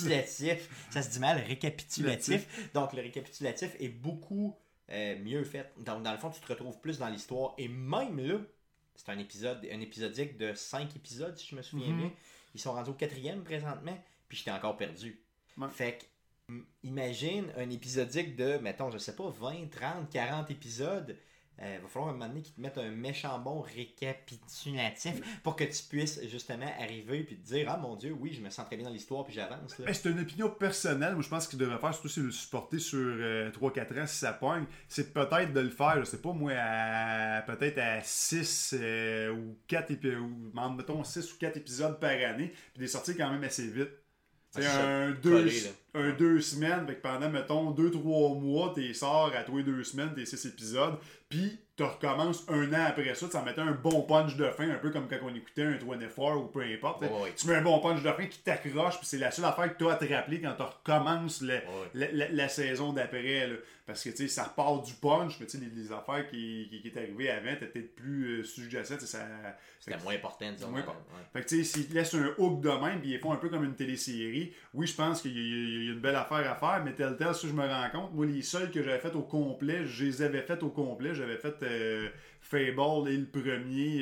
ça se dit mal, récapitulatif, donc le récapitulatif est beaucoup mieux fait. Donc dans le fond, tu te retrouves plus dans l'histoire, et même là, c'est un épisodique de 5 épisodes, si je me souviens bien. Ils sont rendus au 4e présentement, puis j'étais encore perdu. Ouais. Fait que imagine un épisodique de, mettons, je sais pas, 20, 30, 40 épisodes. Va falloir un moment donné qu'ils te mettent un méchant bon récapitulatif pour que tu puisses justement arriver et te dire « Ah mon Dieu, oui, je me sens très bien dans l'histoire puis j'avance. » C'est une opinion personnelle. Moi, je pense qu'il devrait faire, surtout si le supporter sur 3-4 ans si ça pogne, c'est peut-être de le faire, je sais pas moi, peut-être à 6 ou 4 épisodes, mettons 6 ou 4 épisodes par année, puis des sorties quand même assez vite. C'est un 2 semaines, fait que pendant, mettons, 2-3 mois, t'es sors à tous les 2 semaines, tes 6 épisodes, puis tu recommences un an après ça, ça mettait un bon punch de fin, un peu comme quand on écoutait un 24 ou peu importe. Tu mets un bon punch de fin qui t'accroche, puis c'est la seule affaire que tu as à te rappeler quand tu recommences la saison d'après. Là. Parce que ça repart du punch, mais les affaires qui est arrivé avant étaient peut-être plus sous-jacentes. C'était moins important, disons. Fait que s'ils laissent un hook de même, puis ils font un peu comme une télésérie, oui, je pense qu'il y a une belle affaire à faire, mais tel, ça je me rends compte. Moi, les seuls que j'avais fait au complet, je les avais fait au complet. J'avais fait Fable et le premier,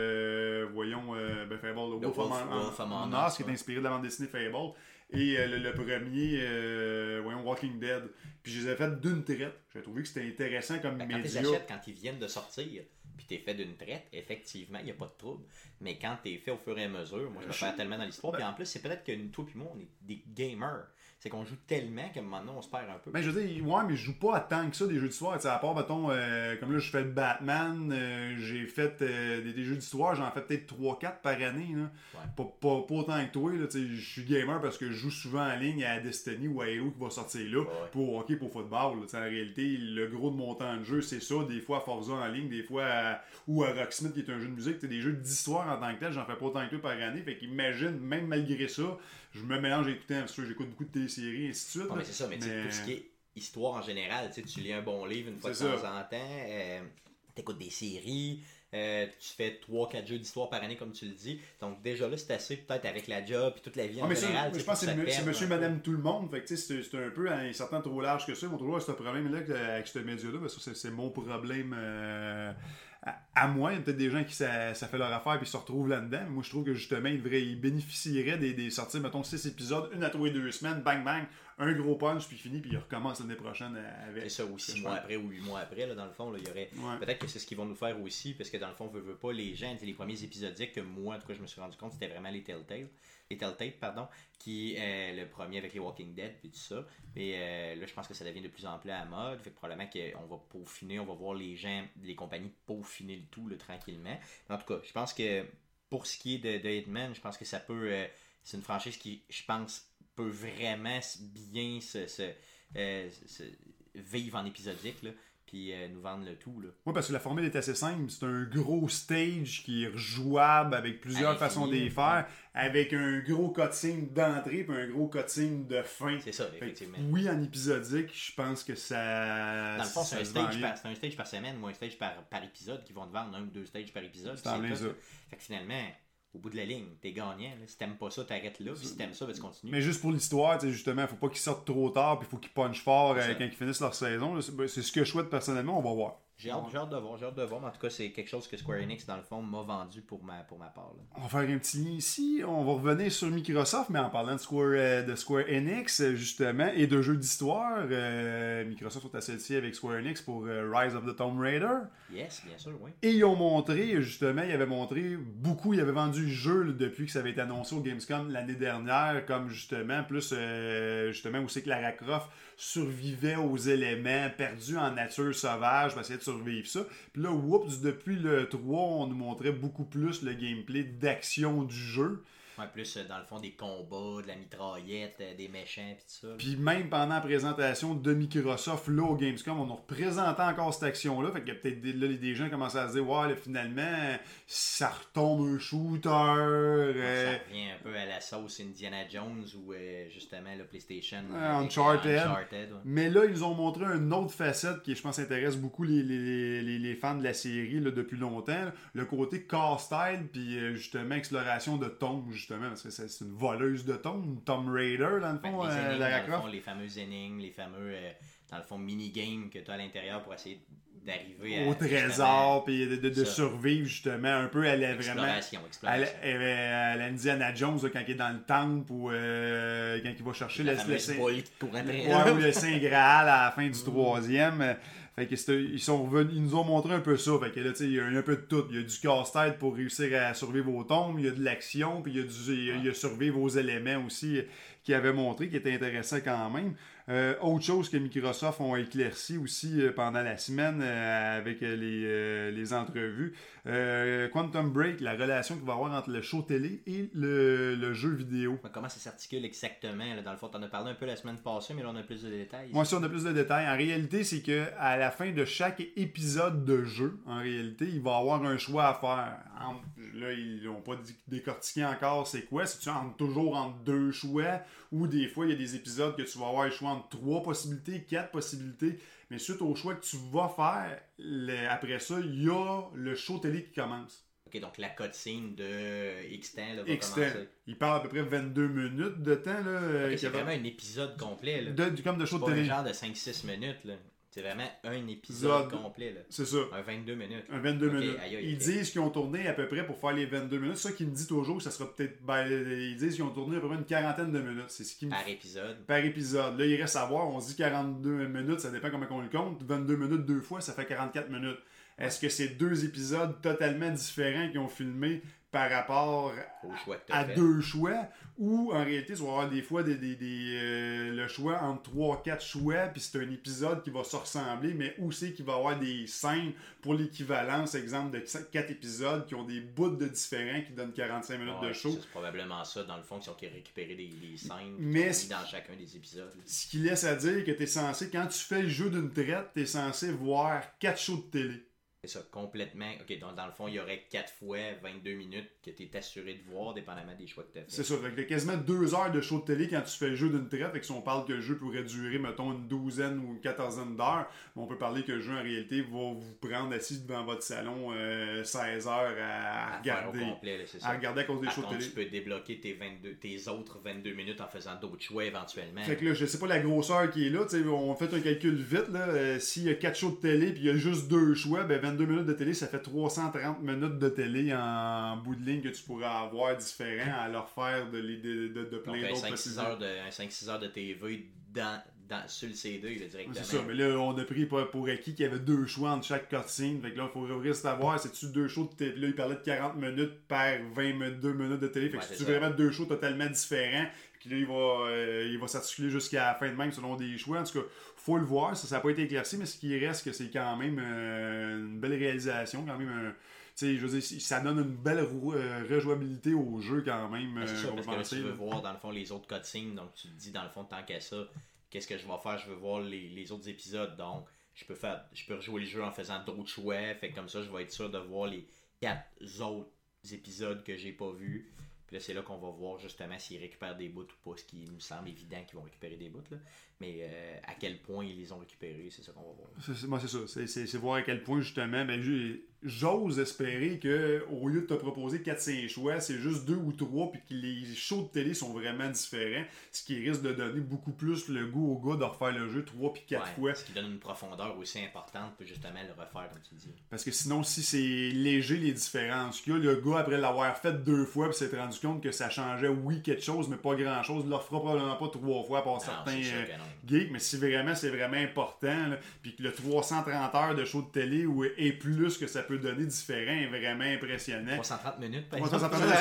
Fable, Wolf Among Us, qui est inspiré de la bande dessinée Fable. Et le premier, Walking Dead. Puis je les ai fait d'une traite. J'ai trouvé que c'était intéressant comme média. Quand tu les achètes, quand ils viennent de sortir, puis t'es fait d'une traite, effectivement, il n'y a pas de trouble. Mais quand t'es fait au fur et à mesure, moi je me perds tellement dans l'histoire. Puis en plus, c'est peut-être que toi et moi, on est des gamers. C'est qu'on joue tellement que maintenant on se perd un peu. Ben, je veux dire, ouais, mais je joue pas à tant que ça des jeux d'histoire. Tu sais, à part, mettons, comme là, je fais le Batman, j'ai fait des jeux d'histoire, j'en fais peut-être 3-4 par année. Là. Ouais. Pas autant que toi. Je suis gamer parce que je joue souvent en ligne à Destiny ou à Halo qui va sortir là, pour hockey, pour football. Là. En réalité, le gros de mon temps de jeu, c'est ça. Des fois à Forza en ligne, des fois ou à Rocksmith qui est un jeu de musique. Des jeux d'histoire en tant que tel, j'en fais pas autant que toi par année. Fait qu'imagine, même malgré ça, je me mélange à écouter, parce que j'écoute beaucoup de téléséries et ainsi de suite. Non, mais c'est ça, mais tout ce qui est histoire en général, tu lis un bon livre une fois de temps en temps, tu écoutes des séries, tu fais 3-4 jeux d'histoire par année comme tu le dis, donc déjà là c'est assez peut-être avec la job et toute la vie en général. Je pense que c'est monsieur, madame, tout le monde, fait que c'est un peu un certain trop large que ça, ils vont toujours avoir ce problème-là avec ce média-là, parce que c'est mon problème à moi. Il y a peut-être des gens qui ça fait leur affaire et se retrouvent là-dedans. Moi, je trouve que justement, ils bénéficieraient des sorties, mettons 6 épisodes, une à tous les 2 semaines, bang bang, un gros punch, puis fini, puis ils recommencent l'année prochaine avec. C'est ça, ou 6 mois après, ou 8 mois après, là, dans le fond, là, il y aurait. Ouais. Peut-être que c'est ce qu'ils vont nous faire aussi, parce que dans le fond, veut pas les gens, les premiers épisodiques que moi, en tout cas, je me suis rendu compte, c'était vraiment les Telltale, qui est le premier avec les Walking Dead et tout ça. Et là, je pense que ça devient de plus en plus à la mode. Fait que probablement qu'on va peaufiner, on va voir les gens, les compagnies peaufiner le tout là, tranquillement. Mais en tout cas, je pense que pour ce qui est de Hitman, je pense que ça peut. C'est une franchise qui, je pense, peut vraiment bien se vivre en épisodique. Là. Puis nous vendre le tout. Là. Oui, parce que la formule est assez simple. C'est un gros stage qui est rejouable avec plusieurs façons d'y faire, avec un gros cutscene d'entrée puis un gros cutscene de fin. C'est ça, effectivement. Oui, en épisodique, je pense que ça. Dans le fond, c'est un stage par semaine ou un stage par épisode qui vont te vendre 1 ou 2 stages par épisode. C'est en ça. Fait que finalement, au bout de la ligne, t'es gagnant. Là. Si t'aimes pas ça, t'arrêtes là. Puis si t'aimes ça, ben, tu continues. Mais juste pour l'histoire, justement, faut pas qu'ils sortent trop tard. Puis il faut qu'ils punchent fort quand ils finissent leur saison. C'est ce que je souhaite personnellement. On va voir. J'ai hâte de voir. Mais en tout cas, c'est quelque chose que Square Enix, dans le fond, m'a vendu pour ma part. Là. On va faire un petit lien ici. On va revenir sur Microsoft, mais en parlant de Square Enix, justement, et de jeux d'histoire. Microsoft sont associés avec Square Enix pour Rise of the Tomb Raider. Yes, bien sûr, oui. Et ils ont montré, justement, ils avaient vendu le jeu là, depuis que ça avait été annoncé au Gamescom l'année dernière, comme justement, justement, où c'est que Lara Croft survivait aux éléments, perdue en nature sauvage, pour essayer de survivre ça. Puis là, depuis le 3, on nous montrait beaucoup plus le gameplay d'action du jeu. Ouais, plus dans le fond des combats, de la mitraillette, des méchants pis tout ça. Puis même pendant la présentation de Microsoft, là au Gamescom, on a représenté encore cette action-là. Fait qu'il y a peut-être des gens qui commencent à se dire ouais, là, finalement, ça retombe un shooter. Ça revient un peu à la sauce Indiana Jones ou justement le PlayStation Uncharted. Ouais. Mais là, ils ont montré une autre facette qui, je pense, intéresse beaucoup les fans de la série là, depuis longtemps. Là. Le côté car-style, puis justement, exploration de tombes, justement, parce que c'est une voleuse de tombes, une Tomb Raider, dans le fond, Lara Croft. Les fameuses énigmes, les fameux, dans le fond, mini-games que tu as à l'intérieur pour essayer d'arriver au trésor, puis de survivre, justement, un peu à la exploration. À l'Indiana Jones, là, quand il est dans le temple, ou quand il va chercher le Saint Graal à la fin du troisième. Fait que ils nous ont montré un peu ça. Fait que là, il y a un peu de tout. Il y a du casse-tête pour réussir à survivre aux tombes, il y a de l'action, puis il y a survivre aux éléments aussi qu'ils avaient montré, qui était intéressant quand même. Autre chose que Microsoft ont éclairci aussi pendant la semaine avec les entrevues. Quantum Break, la relation qu'il va y avoir entre le show télé et le jeu vidéo. Comment ça s'articule exactement? Là, dans le fond, tu en as parlé un peu la semaine passée, mais là, on a plus de détails. Moi, si on a plus de détails. En réalité, c'est qu'à la fin de chaque épisode de jeu, en réalité, il va y avoir un choix à faire. Là, ils n'ont pas décortiqué encore c'est quoi. C'est-tu toujours entre 2 choix ou des fois, il y a des épisodes que tu vas avoir le choix entre 3 possibilités, 4 possibilités. Mais suite au choix que tu vas faire, après ça, il y a le show télé qui commence. Ok, donc la cutscene de X-Temps va commencer. Il parle à peu près 22 minutes de temps. Là, okay, c'est vraiment un épisode complet. Là. Comme de show de télé. C'est pas un genre de 5-6 minutes. Là. C'est vraiment un épisode complet. Là. C'est ça. Un 22 minutes. Un 22 minutes. Ils disent qu'ils ont tourné à peu près pour faire les 22 minutes. Ça qu'ils me disent toujours, ça sera peut-être... ils disent qu'ils ont tourné à peu près une quarantaine de minutes. C'est ce qui Par épisode. Par épisode. Là, il reste à voir. On se dit 42 minutes, ça dépend comment on le compte. 22 minutes 2 fois, ça fait 44 minutes. Est-ce que c'est 2 épisodes totalement différents qu'ils ont filmés par rapport à 2 choix, ou en réalité, tu vas avoir des fois le choix entre 3-4 choix, puis c'est un épisode qui va se ressembler, mais aussi qu'il va avoir des scènes pour l'équivalence, exemple de 4 épisodes qui ont des bouts de différents qui donnent 45 minutes de show. C'est probablement ça, dans le fond, qu'ils ont récupéré des scènes mais dans chacun des épisodes. Ce qui laisse à dire que tu es censé, quand tu fais le jeu d'une traite, tu es censé voir 4 shows de télé. C'est ça, complètement. Ok, donc dans le fond, il y aurait 4 fois 22 minutes que tu es assuré de voir, dépendamment des choix que tu as fait. C'est ça, fait que t'as quasiment 2 heures de show de télé quand tu fais le jeu d'une traite. Fait que si on parle que le jeu pourrait durer, mettons, une douzaine ou une quatorzaine d'heures, on peut parler que le jeu, en réalité, va vous prendre assis devant votre salon 16 heures à regarder. Au complet, là, c'est ça. À regarder à cause des shows de télé. Tu peux débloquer tes autres 22 minutes en faisant d'autres choix éventuellement. Fait que là, je sais pas la grosseur qui est là. On fait un calcul vite. S'il y a 4 shows de télé puis il y a juste 2 choix, ben 22 minutes de télé, ça fait 330 minutes de télé en bout de ligne que tu pourrais avoir différents à leur faire de plein d'autres possibilités. Un 5-6 heures de TV sur le CD là, directement. C'est ça, mais là, on a pris pour acquis qu'il y avait 2 choix entre chaque cutscene. Fait que là, il faut ouvrir savoir, c'est-tu 2 shows de télé. Là, il parlait de 40 minutes par 22 minutes de télé. Fait que c'est vraiment 2 shows totalement différents. Puis là, il va s'articuler jusqu'à la fin de même selon des choix. En tout cas, faut le voir. Ça n'a pas été éclairci, mais ce qui reste, que c'est quand même une belle réalisation. Quand même, je veux dire, ça donne une belle rejouabilité au jeu quand même. C'est ça, parce que là, tu veux voir dans le fond les autres cutscenes. Donc tu te dis dans le fond, tant qu'à ça, qu'est-ce que je vais faire? Je veux voir les autres épisodes. Donc je peux rejouer le jeu en faisant d'autres choix. Fait que comme ça, je vais être sûr de voir les 4 autres épisodes que j'ai pas vus. Puis là, c'est là qu'on va voir justement s'ils récupèrent des bouts ou pas, ce qui nous semble évident qu'ils vont récupérer des bouts. Là. Mais à quel point ils les ont récupérés, c'est ça qu'on va voir. Moi, c'est ça. C'est voir à quel point, justement, j'ose espérer qu'au lieu de te proposer 4-5 choix, c'est juste 2 ou 3, puis que les shows de télé sont vraiment différents, ce qui risque de donner beaucoup plus le goût au gars de refaire le jeu 3 puis 4 fois. Ce qui donne une profondeur aussi importante pour justement le refaire, comme tu dis. Parce que sinon, si c'est léger les différences qu'il y a, le gars, après l'avoir fait 2 fois, puis s'est rendu compte que ça changeait, oui, quelque chose, mais pas grand-chose, il le refera probablement pas 3 fois par certains geeks, mais si vraiment c'est vraiment important, là, puis que le 330 heures de show de télé est plus que ça peut donner différent est vraiment impressionnant. 330 minutes, par exemple.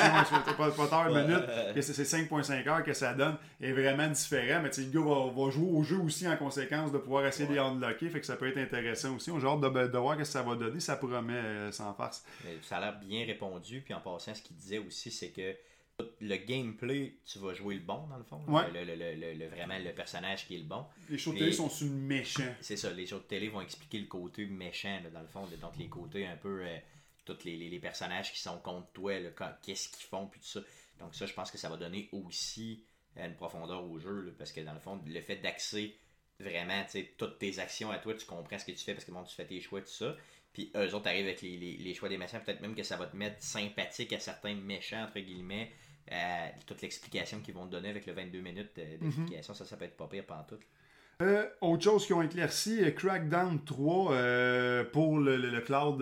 330 minutes, que c'est 5.5 heures que ça donne, est vraiment différent, mais le gars va jouer au jeu aussi en conséquence de pouvoir essayer de les unlocker, fait que ça peut être intéressant aussi. On a hâte de voir ce que ça va donner, ça promet sans farce. Ça a l'air bien répondu, puis en passant, ce qu'il disait aussi, c'est que le gameplay, tu vas jouer le bon dans le fond. Ouais. Vraiment le personnage qui est le bon. Les shows de télé sont sur le méchant. C'est ça, les shows de télé vont expliquer le côté méchant là, dans le fond. Donc les côtés un peu, tous les personnages qui sont contre toi, là, qu'est-ce qu'ils font, puis tout ça. Donc ça, je pense que ça va donner aussi une profondeur au jeu, là, parce que dans le fond, le fait d'axer vraiment toutes tes actions à toi, tu comprends ce que tu fais, parce que bon, tu fais tes choix, tout ça. Puis eux autres arrivent avec les choix des méchants, peut-être même que ça va te mettre sympathique à certains méchants, entre guillemets. Toute l'explication qu'ils vont te donner avec le 22 minutes d'explication, ça peut être pas pire pantoute. Autre chose qu'ils ont éclairci, Crackdown 3 pour le cloud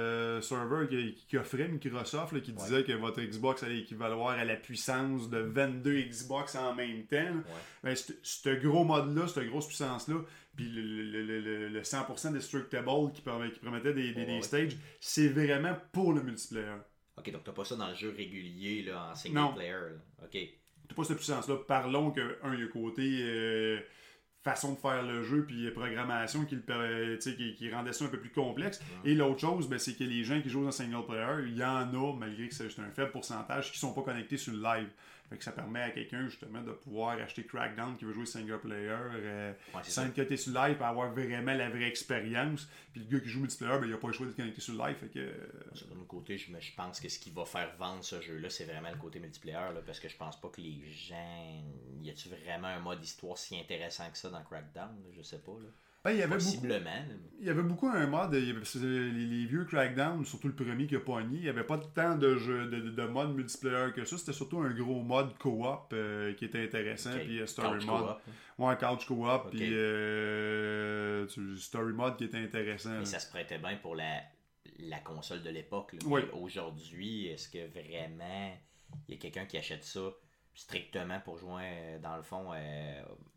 server qui offrait Microsoft, là, qui disait que votre Xbox allait équivaloir à la puissance de 22 Xbox en même temps. Ben, ce gros mode-là, cette grosse puissance-là, puis le 100% destructible qui permettait des stages, c'est vraiment pour le multiplayer. Ok, donc t'as pas ça dans le jeu régulier là, en single player. Là. Ok. T'as pas cette puissance-là. Parlons que, il y a côté façon de faire le jeu puis programmation qui rendait ça un peu plus complexe. Et l'autre chose, c'est que les gens qui jouent en single player, il y en a, malgré que c'est un faible pourcentage, qui sont pas connectés sur le live. Fait que ça permet à quelqu'un justement de pouvoir acheter Crackdown qui veut jouer single player sans être connecté sur le live, pour avoir vraiment la vraie expérience. Puis le gars qui joue multiplayer, il n'a pas le choix d'être connecté sur le live. Fait que, d'un autre côté, je pense que ce qui va faire vendre ce jeu-là, c'est vraiment le côté multiplayer, là, parce que je pense pas que les gens... Y a-tu vraiment un mode histoire si intéressant que ça dans Crackdown? Là? Je sais pas. Là. Il y avait possiblement. Il y avait beaucoup un mode, les vieux Crackdown, surtout le premier qui a pogné, il n'y avait pas tant de mode multiplayer que ça, c'était surtout un gros mode co-op qui était intéressant, puis story mode. Couch co-op, puis story mode qui était intéressant. Mais ça se prêtait bien pour la console de l'époque. Oui. Aujourd'hui, est-ce que vraiment il y a quelqu'un qui achète ça strictement pour jouer, dans le fond,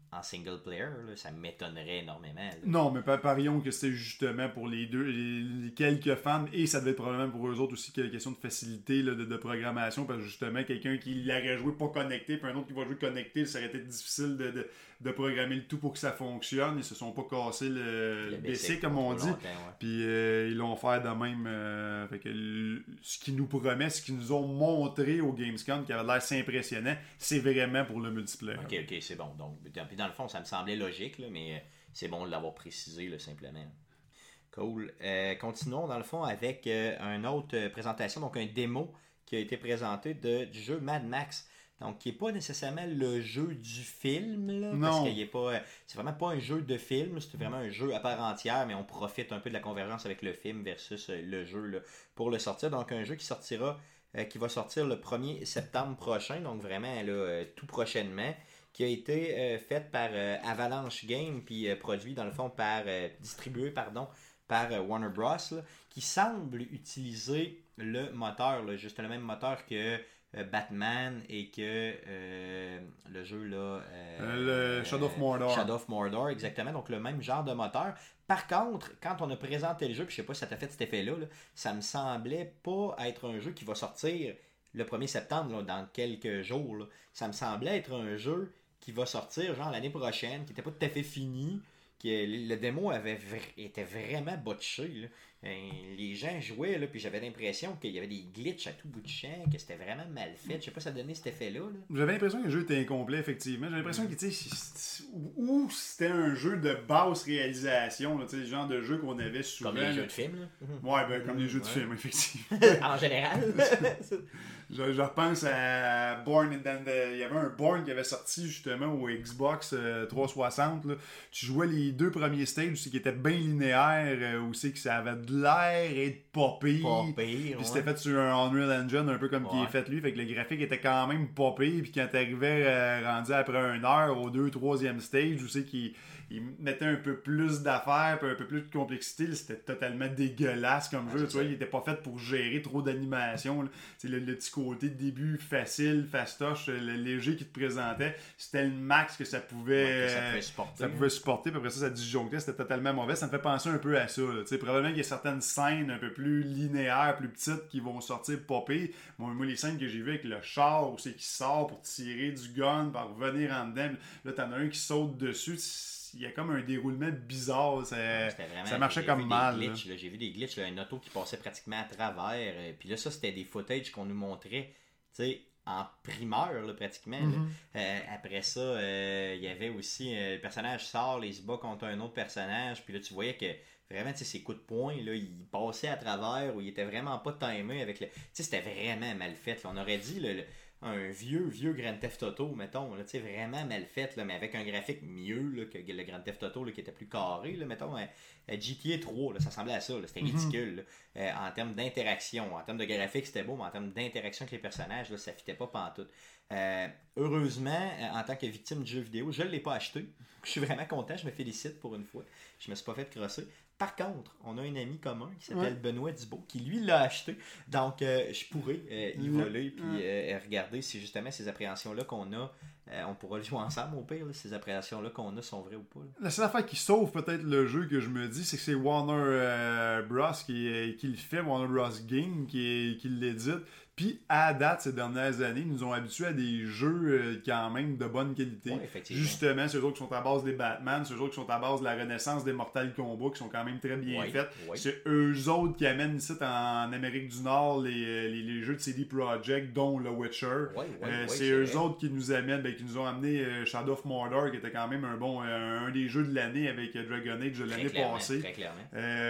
en single player, là, ça m'étonnerait énormément. Là. Non, mais parions que c'était justement pour les deux, les quelques fans, et ça devait être probablement pour eux autres aussi qu'il y a une question de facilité là, de programmation, parce que justement, quelqu'un qui l'aurait joué pas connecté, puis un autre qui va jouer connecté, ça aurait été difficile de programmer le tout pour que ça fonctionne. Ils se sont pas cassé le BC, comme on dit. Longtemps, ouais. Puis ils l'ont fait de même. Fait que ce qu'ils nous promettent, ce qu'ils nous ont montré au Gamescom, qui avait l'air si impressionnant, c'est vraiment pour le multiplayer. Ok, c'est bon. Donc, puis dans le fond, ça me semblait logique, là, mais c'est bon de l'avoir précisé là, simplement. Cool. Continuons dans le fond avec une autre présentation, donc un démo qui a été présenté du jeu Mad Max. Donc, qui n'est pas nécessairement le jeu du film, là, parce qu'il est pas. C'est vraiment pas un jeu de film, c'est vraiment un jeu à part entière, mais on profite un peu de la convergence avec le film versus le jeu là, pour le sortir. Donc, un jeu qui va sortir le 1er septembre prochain, donc vraiment là, tout prochainement, qui a été fait par Avalanche Games, puis produit dans le fond distribué par Warner Bros. Là, qui semble utiliser le moteur, là, juste le même moteur que Batman et que le jeu là le Shadow of Mordor. Shadow of Mordor, exactement, donc le même genre de moteur. Par contre, quand on a présenté le jeu, puis je sais pas si ça t'a fait cet effet-là, là, ça me semblait pas être un jeu qui va sortir le 1er septembre, là, dans quelques jours. Là. Ça me semblait être un jeu qui va sortir genre l'année prochaine, qui n'était pas tout à fait fini. Le démo était vraiment botché. Là. Les gens jouaient, là, puis j'avais l'impression qu'il y avait des glitches à tout bout de champ, que c'était vraiment mal fait. Je sais pas si ça donnait cet effet-là. Là. J'avais l'impression que le jeu était incomplet, effectivement. J'avais l'impression que ou c'était un jeu de basse réalisation, là, le genre de jeu qu'on avait souvent. Comme les jeux de film. Là. Ouais, ben, comme les jeux de film, effectivement. En général. Je repense à Born. Il y avait un Born qui avait sorti justement au Xbox 360. Là. Tu jouais les 2 premiers stages aussi, qui étaient bien linéaires, aussi que ça avait de l'air et de pas pire. Puis c'était fait sur un Unreal Engine, un peu comme qui est fait lui. Fait que le graphique était quand même pas pire. Puis quand t'arrivais rendu après 1 heure au 2-3e stage, aussi qu'il mettait un peu plus d'affaires, puis un peu plus de complexité, c'était totalement dégueulasse comme jeu. Tu vois, il était pas fait pour gérer trop d'animation. C'est le petit côté de début facile, fastoche, léger qui te présentait. C'était le max que ça pouvait, supporter. Ça pouvait supporter. Puis après ça disjonctait. C'était totalement mauvais. Ça me fait penser un peu à ça. Probablement qu'il y a certaines scènes un peu plus linéaires, plus petites, qui vont sortir popper. Moi, les scènes que j'ai vues avec le char, où c'est qu'il sort pour tirer du gun, pour revenir en dedans. Là, t'en as un qui saute dessus. Il y a comme un déroulement bizarre. Ça marchait comme mal. J'ai vu des glitches, là, une auto qui passait pratiquement à travers. Puis là, ça, c'était des footages qu'on nous montrait en primeur, là, pratiquement. Après ça, il y avait aussi le personnage sort, il se bat contre un autre personnage. Puis là, tu voyais que vraiment, ses coups de poing, là, il passait à travers ou il était vraiment pas timé avec le. C'était vraiment mal fait. Là. On aurait dit un vieux Grand Theft Auto, mettons, là, vraiment mal fait, là, mais avec un graphique mieux là, que le Grand Theft Auto là, qui était plus carré, là, mettons, GTA 3, là, ça ressemblait à ça, là, c'était ridicule, là, en termes d'interaction, en termes de graphique c'était beau, mais en termes d'interaction avec les personnages, là, ça fitait pas pantoute. Heureusement, en tant que victime du jeu vidéo, je ne l'ai pas acheté. Je suis vraiment content, je me félicite pour une fois. Je me suis pas fait crosser. Par contre, on a un ami commun qui s'appelle Benoît Dubois qui lui l'a acheté. Donc, je pourrais y voler puis regarder si justement ces appréhensions-là qu'on a, on pourra le jouer ensemble au pire, là, ces appréhensions-là qu'on a sont vraies ou pas. Là. La seule affaire qui sauve peut-être le jeu que je me dis, c'est que c'est Warner Bros. Qui le fait, Warner Bros. Game qui l'édite. Puis, à date, ces dernières années, ils nous ont habitués à des jeux quand même de bonne qualité. Justement, c'est eux autres qui sont à base des Batman, c'est eux autres qui sont à base de la renaissance des Mortal Kombat, qui sont quand même très bien faits. C'est eux autres qui amènent ici en Amérique du Nord les jeux de CD Projekt, dont The Witcher. C'est eux autres qui nous amènent, qui nous ont amené Shadow of Mordor, qui était quand même un des jeux de l'année avec Dragon Age de l'année passée. Très clairement.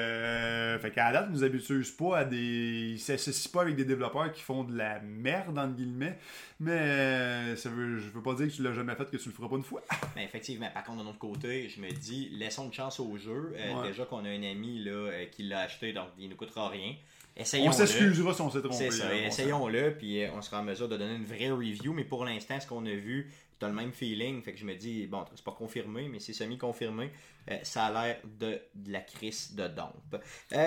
Fait qu'à date, ils nous habituent pas à des. Ils s'associent pas avec des développeurs qui font de la merde, entre guillemets, mais je veux pas dire que tu l'as jamais fait, que tu le feras pas une fois. Mais effectivement, par contre, d'un autre côté, je me dis, laissons une chance au jeu. Déjà qu'on a un ami là, qui l'a acheté, donc il ne nous coûtera rien. On s'excusera si on s'est trompé. C'est ça, essayons-le, puis on sera en mesure de donner une vraie review, mais pour l'instant, ce qu'on a vu, t'as le même feeling, fait que je me dis, bon, c'est pas confirmé, mais c'est semi-confirmé, ça a l'air de la crise de dompe.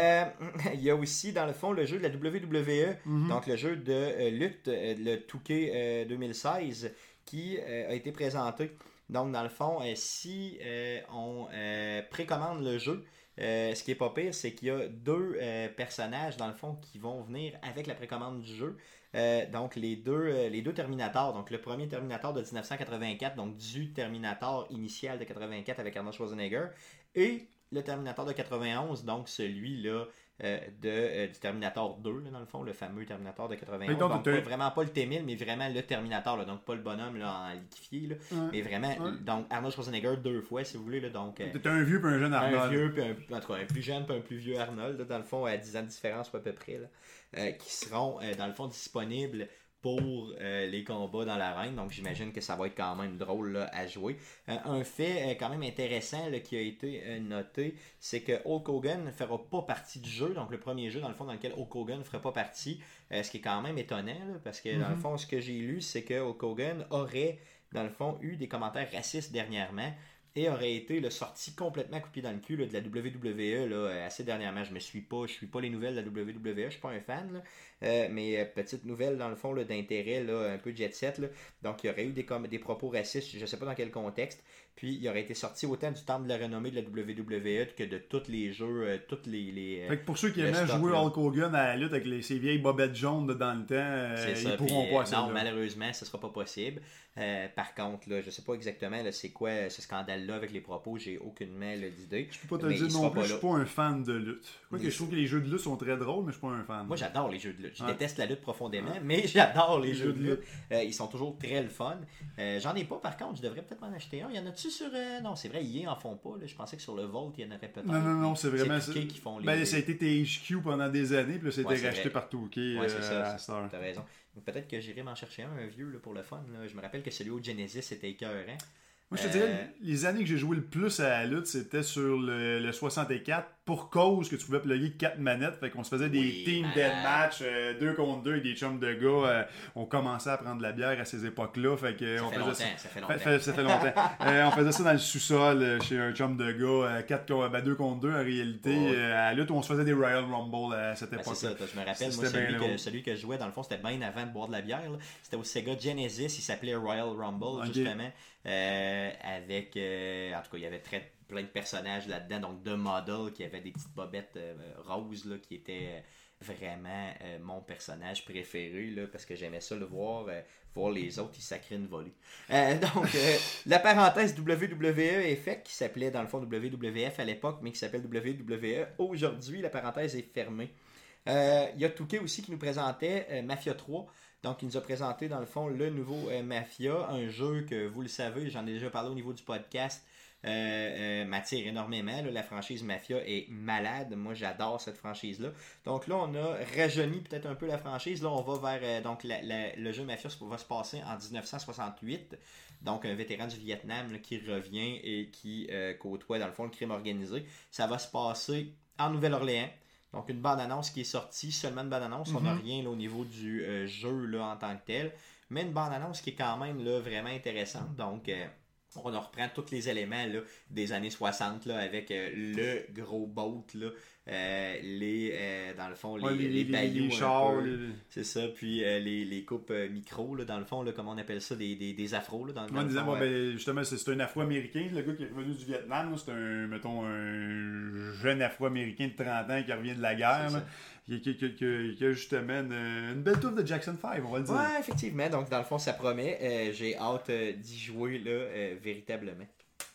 Il y a aussi, dans le fond, le jeu de la WWE, donc le jeu de lutte, le 2K 2016, qui a été présenté. Donc, dans le fond, si on précommande le jeu, ce qui est pas pire, c'est qu'il y a 2 personnages, dans le fond, qui vont venir avec la précommande du jeu. Donc, les deux Terminators. Donc, le premier Terminator de 1984, donc du Terminator initial de 84 avec Arnold Schwarzenegger, et le Terminator de 91, donc celui-là du Terminator 2, là, dans le fond, le fameux Terminator de 91. Donc, vraiment pas le T-1000, mais vraiment le Terminator, là, donc pas le bonhomme là, en liquéfié, là, mais vraiment, donc Arnold Schwarzenegger 2 fois, si vous voulez. Là, donc, t'es un vieux puis un jeune Arnold. Un vieux, puis en tout cas, un plus jeune puis un plus vieux Arnold, là, dans le fond, à 10 ans de différence, à peu près, là, qui seront, dans le fond, disponibles pour les combats dans l'arène. Donc, j'imagine que ça va être quand même drôle là, à jouer. Un fait quand même intéressant là, qui a été noté, c'est que Hulk Hogan ne fera pas partie du jeu. Donc, le premier jeu, dans le fond, dans lequel Hulk Hogan ne fera pas partie. Ce qui est quand même étonnant, là, parce que, dans le fond, ce que j'ai lu, c'est que Hulk Hogan aurait, dans le fond, eu des commentaires racistes dernièrement et aurait été là, sorti complètement coupé dans le cul là, de la WWE là, assez dernièrement. Je suis pas les nouvelles de la WWE, je suis pas un fan, là. Mais petite nouvelle dans le fond là, d'intérêt, là, un peu jet set. Là. Donc il y aurait eu des propos racistes, je sais pas dans quel contexte. Puis il aurait été sorti autant du temple de la renommée de la WWE que de tous les jeux, toutes les fait que pour ceux qui aimaient jouer Hulk Hogan à la lutte avec ces vieilles bobettes jaunes de dans le temps, ils pourront pas non, malheureusement, ce sera pas possible. Par contre, là, je sais pas exactement là, c'est quoi ce scandale-là avec les propos, j'ai aucunement d'idée. Je peux pas te dire non plus, je suis pas un fan de lutte. Quoique je trouve que les jeux de lutte sont très drôles, mais je suis pas un fan. Moi j'adore les jeux de lutte. Je déteste la lutte profondément, mais j'adore les jeux de lutte. Ils sont toujours très le fun. J'en ai pas par contre, je devrais peut-être m'en acheter un. Il y en a-tu sur... Non, c'est vrai, ils en font pas. Là. Je pensais que sur le Volt, il y en aurait peut-être. Non, c'est vraiment... C'est qui font les... Ben, ça a été THQ pendant des années, puis là, c'était racheté par Touquet. Ouais, c'est ça. T'as raison. Donc, peut-être que j'irai m'en chercher un vieux là, pour le fun. Là. Je me rappelle que celui au Genesis, c'était écœurant. Moi, je te dirais, les années que j'ai joué le plus à la lutte, c'était sur le 64, pour cause que tu pouvais plugger 4 manettes. Fait qu'on se faisait des team deathmatch, 2 contre 2 avec des chums de gars. On commençait à prendre de la bière à ces époques-là. Fait que ça fait longtemps. Ça fait longtemps. On faisait ça dans le sous-sol chez un chum de gars, 2 contre 2 en réalité. À la lutte, on se faisait des Royal Rumble à cette époque-là. C'est ça, je me rappelle, moi, celui que je jouais, dans le fond, c'était bien avant de boire de la bière. Là. C'était au Sega Genesis, il s'appelait Royal Rumble, justement. Avec, en tout cas, il y avait plein de personnages là-dedans, donc de models qui avaient des petites bobettes roses là, qui étaient vraiment mon personnage préféré là, parce que j'aimais ça le voir les autres, ils sacraient une volée. Donc, la parenthèse WWE est faite, qui s'appelait dans le fond WWF à l'époque, mais qui s'appelle WWE aujourd'hui. La parenthèse est fermée. Il y a Touquet aussi qui nous présentait Mafia 3. Donc, il nous a présenté, dans le fond, le nouveau Mafia, un jeu que, vous le savez, j'en ai déjà parlé au niveau du podcast, m'attire énormément. Là, la franchise Mafia est malade. Moi, j'adore cette franchise-là. Donc là, on a rajeuni peut-être un peu la franchise. Là, on va vers... donc, le jeu Mafia va se passer en 1968. Donc, un vétéran du Vietnam là, qui revient et qui côtoie, dans le fond, le crime organisé. Ça va se passer en Nouvelle-Orléans. Donc, une bande-annonce qui est sortie, seulement une bande-annonce. On n'a rien là, au niveau du jeu là, en tant que tel. Mais une bande-annonce qui est quand même là, vraiment intéressante. Donc, on reprend tous les éléments là, des années 60 là, avec le gros boat, là, dans le fond, les bayous. Les chars. C'est ça. Puis les coupes micro, là, dans le fond, là, comment on appelle ça, des afros. Là, dans le fond, justement, c'est un Afro-Américain, le gars qui est revenu du Vietnam. Là, c'est un jeune Afro-Américain de 30 ans qui revient de la guerre. Là, qui a justement une belle touffe de Jackson 5, on va le dire. Ouais, effectivement. Donc, dans le fond, ça promet. J'ai hâte d'y jouer là, véritablement.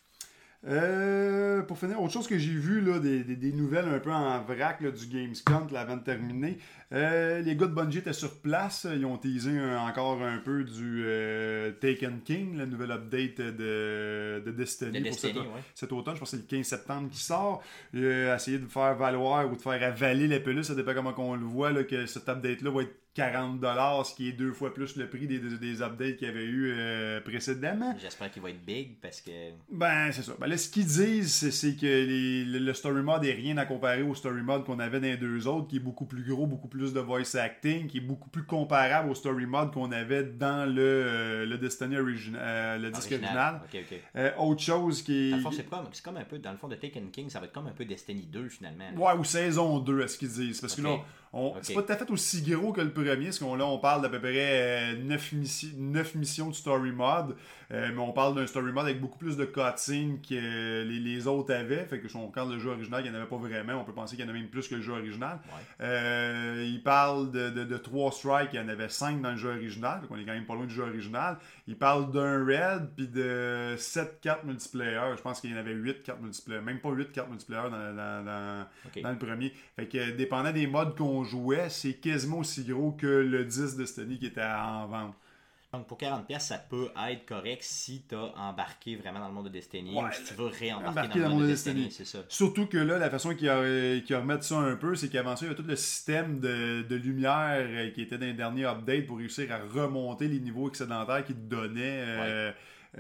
Pour finir, autre chose que j'ai vu là, des nouvelles un peu en vrac là, du Gamescom là, avant de terminer. Les gars de Bungie étaient sur place. Ils ont teasé encore un peu du Taken King, la nouvelle update de Destiny pour cet automne. Je pense que c'est le 15 septembre qui sort. Essayer de faire valoir ou de faire avaler la peluche, ça dépend comment on le voit, là, que cette update-là va être $40, ce qui est 2 fois plus le prix des updates qu'il y avait eu précédemment. J'espère qu'il va être big parce que... Ben, c'est ça. Ben, là, ce qu'ils disent, c'est que le story mode est rien à comparer au story mode qu'on avait dans les 2 autres, qui est beaucoup plus gros, beaucoup plus de voice acting, qui est beaucoup plus comparable au story mode qu'on avait dans le Destiny original, le disque original. Okay. Autre chose qui est... Dans le fond, c'est comme un peu, dans le fond de Taken King, ça va être comme un peu Destiny 2 finalement. Ouais, ou saison 2, à ce qu'ils disent. Parce que là, C'est pas tout à fait aussi gros que le premier, parce qu'on là, on parle d'à peu près 9 missions de story mode, mais on parle d'un story mode avec beaucoup plus de cutscenes que les autres avaient. Fait que si on regarde le jeu original, il n'y en avait pas vraiment. On peut penser qu'il y en avait même plus que le jeu original. Ouais. Il parle de 3 strikes, il y en avait 5 dans le jeu original, donc on est quand même pas loin du jeu original. Il parle d'un raid, puis de 7 cartes multiplayer. Je pense qu'il y en avait 8 cartes multiplayer, même pas 8 cartes multiplayer dans le premier. Fait que dépendant des modes qu'on jouait, c'est quasiment aussi gros que le 10 Destiny qui était en vente. Donc pour 40$, ça peut être correct si tu as embarqué vraiment dans le monde de Destiny ou si tu veux réembarquer dans le monde de Destiny. C'est ça. Surtout que là, la façon qu'ils remettent ça un peu, c'est qu'avant ça, il y a tout le système de lumière qui était dans les derniers updates pour réussir à remonter les niveaux excédentaires qu'ils te donnaient.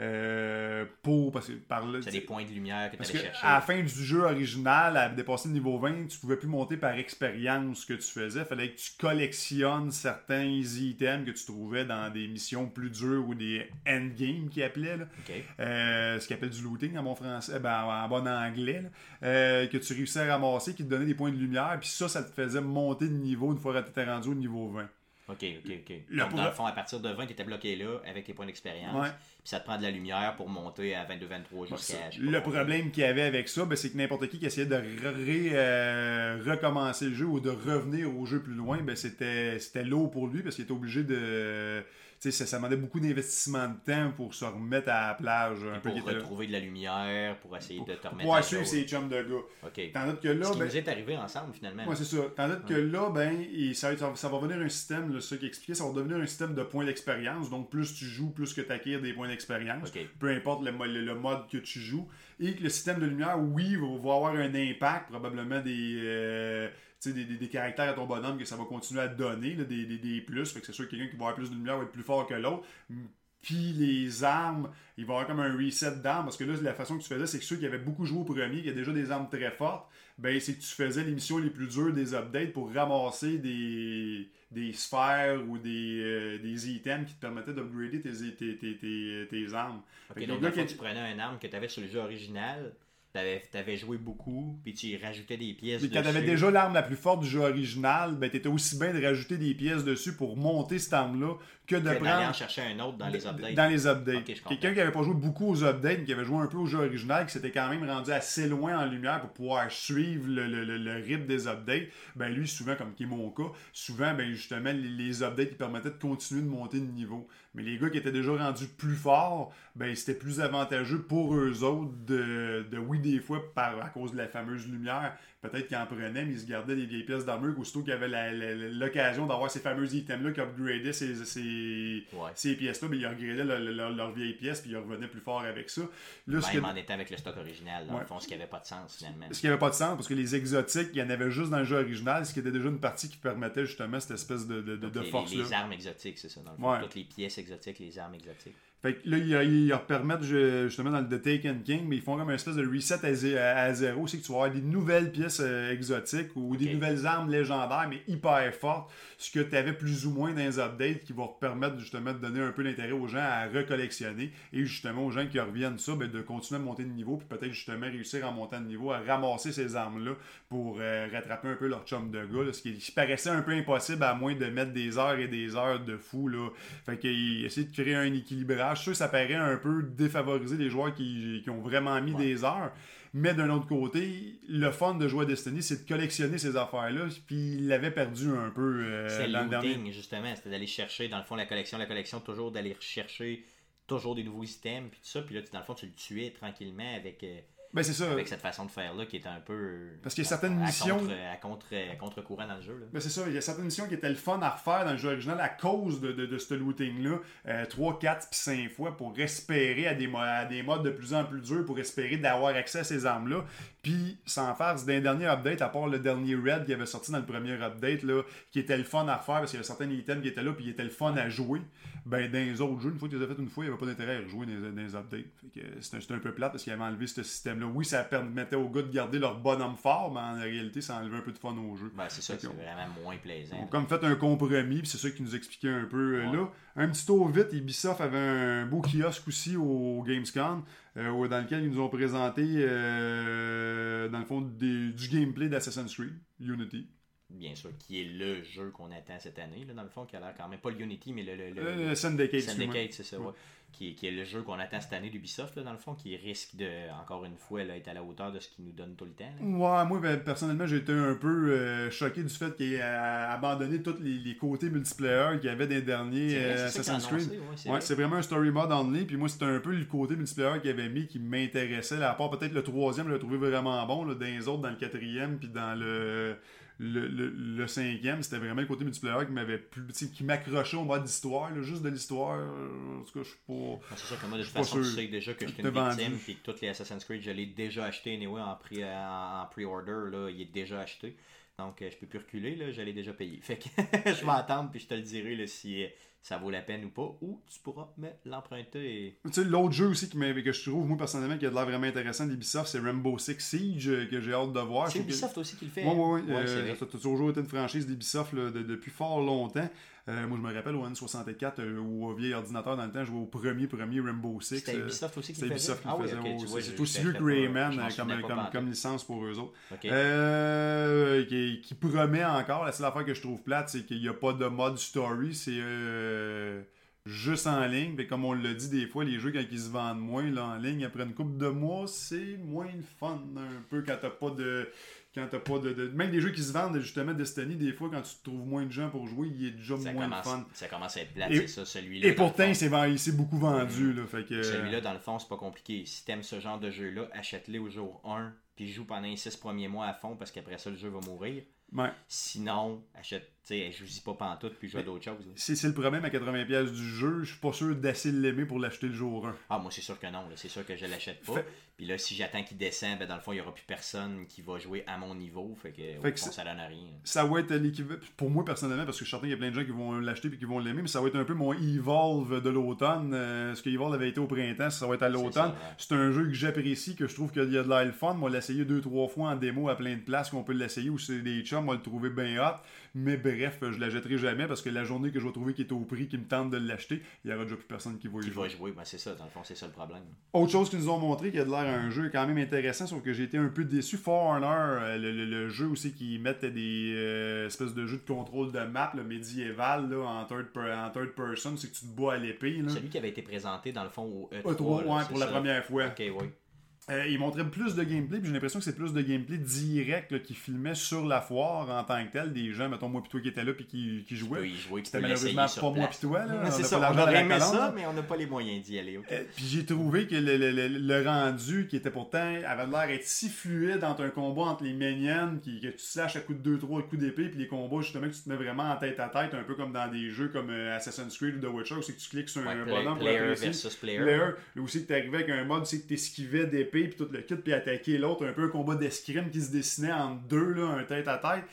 Parce que par là, c'est des points de lumière que tu allais chercher. À la fin du jeu original, à dépasser le niveau 20, tu pouvais plus monter par expérience que tu faisais. Il fallait que tu collectionnes certains items que tu trouvais dans des missions plus dures ou des endgames qu'ils appelaient. Là. Ce qu'ils appellent du looting en bon français, en bon anglais. Que tu réussissais à ramasser, qui te donnait des points de lumière. Puis ça te faisait monter de niveau une fois que tu étais rendu au niveau 20. OK. Donc, dans le fond, à partir de 20, tu étais bloqué là avec les points d'expérience. Puis ça te prend de la lumière pour monter à 22-23 jusqu'à... Le problème qu'il y avait avec ça, c'est que n'importe qui essayait de recommencer le jeu ou de revenir au jeu plus loin, c'était lourd pour lui parce qu'il était obligé de... ça demandait beaucoup d'investissement de temps pour se remettre à la plage. Pour retrouver de la lumière, pour essayer de te remettre pour suivre ses chums de gars. Tandis que là, ce qui nous est arrivé ensemble, finalement. Oui, c'est ça. Tandis que là, ça va venir un système, là, ce qui expliquait, ça va devenir un système de points d'expérience. Donc, plus tu joues, plus que tu acquiers des points d'expérience. Peu importe le mode que tu joues. Et que le système de lumière, oui, va avoir un impact, probablement des caractères à ton bonhomme que ça va continuer à donner, là, des plus. Fait que c'est sûr que quelqu'un qui va avoir plus de lumière va être plus fort que l'autre. Puis les armes, il va y avoir comme un reset d'armes. Parce que là, la façon que tu faisais, c'est que ceux qui avaient beaucoup joué au premier, qui avaient déjà des armes très fortes, c'est que tu faisais les missions les plus dures des updates pour ramasser des sphères ou des items qui te permettaient d'upgrader tes armes. Donc, quand tu prenais une arme que tu avais sur le jeu original, t'avais joué beaucoup, puis tu y rajoutais des pièces dessus. Quand t'avais déjà l'arme la plus forte du jeu original, t'étais aussi bien de rajouter des pièces dessus pour monter cette arme-là que d'aller en chercher un autre dans les updates. Dans les updates. Quelqu'un qui avait pas joué beaucoup aux updates, mais qui avait joué un peu au jeu original, qui s'était quand même rendu assez loin en lumière pour pouvoir suivre le rythme des updates, lui, souvent, comme qui est mon cas, souvent, justement, les updates qui permettaient de continuer de monter de niveau. Mais les gars qui étaient déjà rendus plus forts, c'était plus avantageux pour eux autres oui, des fois, à cause de la fameuse lumière, peut-être qu'ils en prenaient, mais ils se gardaient des vieilles pièces d'armure, aussitôt qu'il y avait l'occasion d'avoir ces fameux items-là qui upgradaient ces pièces-là, ils upgradaient leurs vieilles pièces, puis ils revenaient plus fort avec ça. Là, même en étant avec le stock original, dans le fond, ce qui n'avait pas de sens, finalement. Ce qui n'avait pas de sens, parce que les exotiques, il y en avait juste dans le jeu original, ce qui était déjà une partie qui permettait justement cette espèce de force-là. Les armes exotiques, c'est ça, dans le fond. Toutes les pièces exotiques, les armes exotiques. Fait que là, ils permettent justement dans le The Taken King, mais ils font comme un espèce de reset à zéro. C'est que tu vas avoir des nouvelles pièces exotiques ou des nouvelles armes légendaires, mais hyper fortes. Ce que tu avais plus ou moins dans les updates qui vont te permettre justement de donner un peu d'intérêt aux gens à recollectionner et justement aux gens qui reviennent ça, de continuer à monter de niveau puis peut-être justement réussir en montant de niveau à ramasser ces armes-là pour rattraper un peu leur chum de gars. Là, ce qui paraissait un peu impossible à moins de mettre des heures et des heures de fou. Là. Fait qu'ils essaient de créer un équilibrage. Je suis sûr que ça paraît un peu défavoriser les joueurs qui ont vraiment mis des heures. Mais d'un autre côté, le fun de jouer à Destiny, c'est de collectionner ces affaires-là. Puis il l'avait perdu un peu c'est le looting, justement. C'était d'aller chercher, dans le fond, la collection, toujours d'aller rechercher toujours des nouveaux items. Puis tout ça. Puis là, dans le fond, tu le tuais tranquillement avec... c'est ça. Avec cette façon de faire-là qui est un peu... Parce qu'il y a certaines missions... À contre-courant dans le jeu. Là. C'est ça. Il y a certaines missions qui étaient le fun à refaire dans le jeu original à cause de ce looting-là. 3, 4 puis 5 fois pour espérer à des modes de plus en plus durs, pour espérer d'avoir accès à ces armes-là. Puis, sans faire, c'est d'un dernier update, à part le dernier Red qui avait sorti dans le premier update, là, qui était le fun à refaire parce qu'il y avait certains items qui étaient là puis il était le fun à jouer. Dans les autres jeux, une fois que tu les as fait une fois, il n'y avait pas d'intérêt à rejouer dans les updates. Fait que c'était un peu plate parce qu'il avait enlevé ce système-là. Oui, ça permettait aux gars de garder leur bonhomme fort, mais en réalité, ça enlevait un peu de fun au jeu. C'est ça, c'est vraiment moins plaisant. On a comme fait un compromis, puis c'est ça qui nous expliquait un peu là. Un petit tour vite, Ubisoft avait un beau kiosque aussi au Gamescom, dans lequel ils nous ont présenté, dans le fond, du gameplay d'Assassin's Creed, Unity. bien sûr, qui est le jeu qu'on attend cette année, là, dans le fond, qui a l'air quand même, pas le Unity, mais le Syndicate, c'est ça, ouais. Qui est le jeu qu'on attend cette année d'Ubisoft, là, dans le fond, qui risque de, encore une fois, là, être à la hauteur de ce qu'il nous donne tout le temps. Là. Ouais, moi, personnellement, j'ai été un peu choqué du fait qu'il ait abandonné tous les côtés multiplayer qu'il y avait des derniers Assassin's Creed. C'est vraiment un story mode only, puis moi, c'était un peu le côté multiplayer qu'il avait mis qui m'intéressait, là, à part peut-être le troisième, je l'ai trouvé vraiment bon, là, dans les autres, dans le quatrième, puis dans le cinquième, c'était vraiment le côté multiplayer qui m'accrochait au mode d'histoire, là, juste de l'histoire. En tout cas, je suis pas. C'est sûr que moi, de toute façon, tu sais déjà que je suis une victime, puis que tous les Assassin's Creed, je l'ai déjà acheté anyway en pre-order, là, il est déjà acheté. Donc, je peux plus reculer, là, je l'ai déjà payé. Fait que je vais attendre, puis je te le dirai là, si ça vaut la peine ou pas, ou tu pourras me l'emprunter. Tu sais, l'autre jeu aussi que je trouve, moi, personnellement, qui a de l'air vraiment intéressant d'Ubisoft, c'est Rainbow Six Siege, que j'ai hâte de voir. C'est Ubisoft aussi qui le fait. Oui. Ça a toujours été une franchise d'Ubisoft depuis fort longtemps. Moi, je me rappelle au N64 ou au vieil ordinateur dans le temps, je jouais au premier Rainbow Six. C'était Ubisoft aussi qui le faisait. C'est aussi vieux que Rayman comme licence pour eux autres. Okay. Qui promet encore. La seule affaire que je trouve plate, c'est qu'il n'y a pas de mode story. C'est juste en ligne. Mais comme on l'a dit des fois, les jeux, quand ils se vendent moins là, en ligne, après une couple de mois, c'est moins fun un peu quand t'as pas de... Même des jeux qui se vendent, justement, Destiny, des fois, quand tu trouves moins de gens pour jouer, il est déjà moins fun. Ça commence à être plate, c'est ça, celui-là. Et pourtant, il s'est beaucoup vendu. Là, fait que... Celui-là, dans le fond, c'est pas compliqué. Si t'aimes ce genre de jeu-là, achète-le au jour 1, puis joue pendant les 6 premiers mois à fond, parce qu'après ça, le jeu va mourir. Ouais. Sinon, je vous dis pas pantoute puis joue à d'autres choses. C'est le problème à 80$ du jeu, je suis pas sûr d'assez l'aimer pour l'acheter le jour 1. Ah, moi c'est sûr que non, là. C'est sûr que je l'achète pas. Puis là, si j'attends qu'il descende, dans le fond, il y aura plus personne qui va jouer à mon niveau. Fait que ça donne rien. Ça va être l'équivalent, pour moi personnellement, parce que je suis certain qu'il y a plein de gens qui vont l'acheter et qui vont l'aimer, mais ça va être un peu mon Evolve de l'automne. Ce que Evolve avait été au printemps, ça va être à l'automne. C'est un jeu que j'apprécie, que je trouve qu'il y a de l'air fun. Moi, l'essayer 2-3 fois en démo à plein de places qu'on peut l'essayer ou c'est des chums, moi le trouver bien hot. Mais bref, je la jetterai jamais parce que la journée que je vais trouver qui est au prix, qui me tente de l'acheter, il y aura déjà plus personne qui va y jouer. C'est ça, dans le fond, c'est ça le problème. Autre chose qu'ils nous ont montré qui a de l'air un jeu quand même intéressant, sauf que j'ai été un peu déçu. For Honor, le jeu aussi qui mettait des espèces de jeux de contrôle de map médiéval là, en third person, c'est que tu te bats à l'épée. Là. Celui qui avait été présenté dans le fond au E3. Pour la première fois. Ok, oui. Il montrait plus de gameplay, puis j'ai l'impression que c'est plus de gameplay direct là, qui filmait sur la foire en tant que tel. Des gens, mettons moi pis toi qui étaient là puis qui jouaient. C'était malheureusement pas moi pis toi. Là. C'est ça, on aurait aimé ça, mais on n'a pas les moyens d'y aller. Okay. Puis j'ai trouvé que le rendu qui était pourtant avait l'air d'être si fluide entre un combat entre les minions, que tu slashes à coups de 2-3 coups d'épée, puis les combats justement que tu te mets vraiment en tête à tête, un peu comme dans des jeux comme Assassin's Creed ou The Witcher, où c'est que tu cliques sur un bonhomme pour player versus player. Là aussi que tu arrivais avec un mode, c'est que tu esquivais d'épée puis tout le kit, puis attaquer l'autre, un peu un combat d'escrime qui se dessinait entre deux, là, un tête à tête.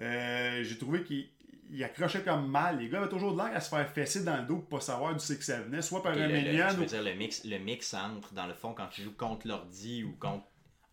J'ai trouvé qu'il accrochait comme mal. Les gars avaient toujours de l'air à se faire fesser dans le dos pour pas savoir d'où c'est que ça venait, soit par un minion. Je veux dire, le mix entre, dans le fond, quand tu joues contre l'ordi ou contre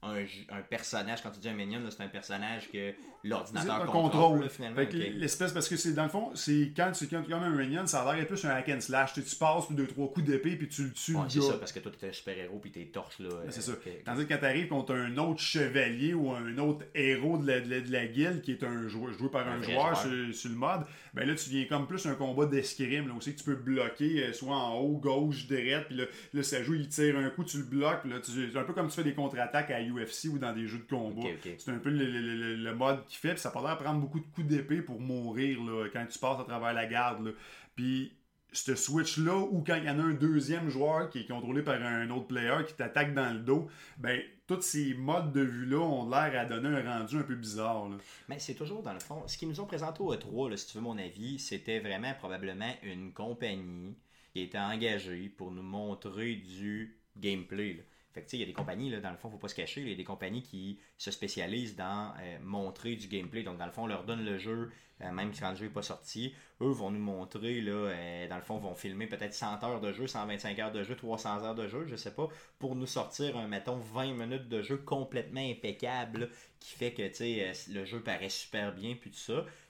un personnage, quand tu dis un minion, là, c'est un personnage que l'ordinateur contrôle. Là, finalement. L'espèce, parce que c'est dans le fond, c'est quand tu comme un minion, ça a l'air plus un hack and slash. Tu passes 2-3 coups d'épée puis tu le tues. C'est ça, parce que toi, tu es un super-héros puis t'es torches. Là. C'est ça. Tandis que quand tu arrives contre un autre chevalier ou un autre héros de la guilde qui est joué par un joueur sur le mode, ben là, tu viens comme plus un combat d'escrime. Là aussi, que tu peux bloquer soit en haut, gauche, droite. Puis là, ça joue, il tire un coup, tu le bloques. Là, c'est un peu comme tu fais des contre-attaques à UFC ou dans des jeux de combat. C'est un peu le mode qu'il fait, puis ça a pas l'air de prendre beaucoup de coups d'épée pour mourir là, quand tu passes à travers la garde. Là. Puis ce switch-là, ou quand il y en a un deuxième joueur qui est contrôlé par un autre player qui t'attaque dans le dos, ben tous ces modes de vue-là ont l'air à donner un rendu un peu bizarre. Là. Mais c'est toujours dans le fond, ce qu'ils nous ont présenté au E3, là, si tu veux mon avis, c'était vraiment probablement une compagnie qui était engagée pour nous montrer du gameplay. Là. Fait que, il y a des compagnies, là, dans le fond, faut pas se cacher, il y a des compagnies qui se spécialisent dans montrer du gameplay. Donc, dans le fond, on leur donne le jeu, même quand le jeu n'est pas sorti. Eux vont nous montrer, là, dans le fond, vont filmer peut-être 100 heures de jeu, 125 heures de jeu, 300 heures de jeu, je sais pas, pour nous sortir, mettons, 20 minutes de jeu complètement impeccable, là, qui fait que, le jeu paraît super bien, puis tout ça.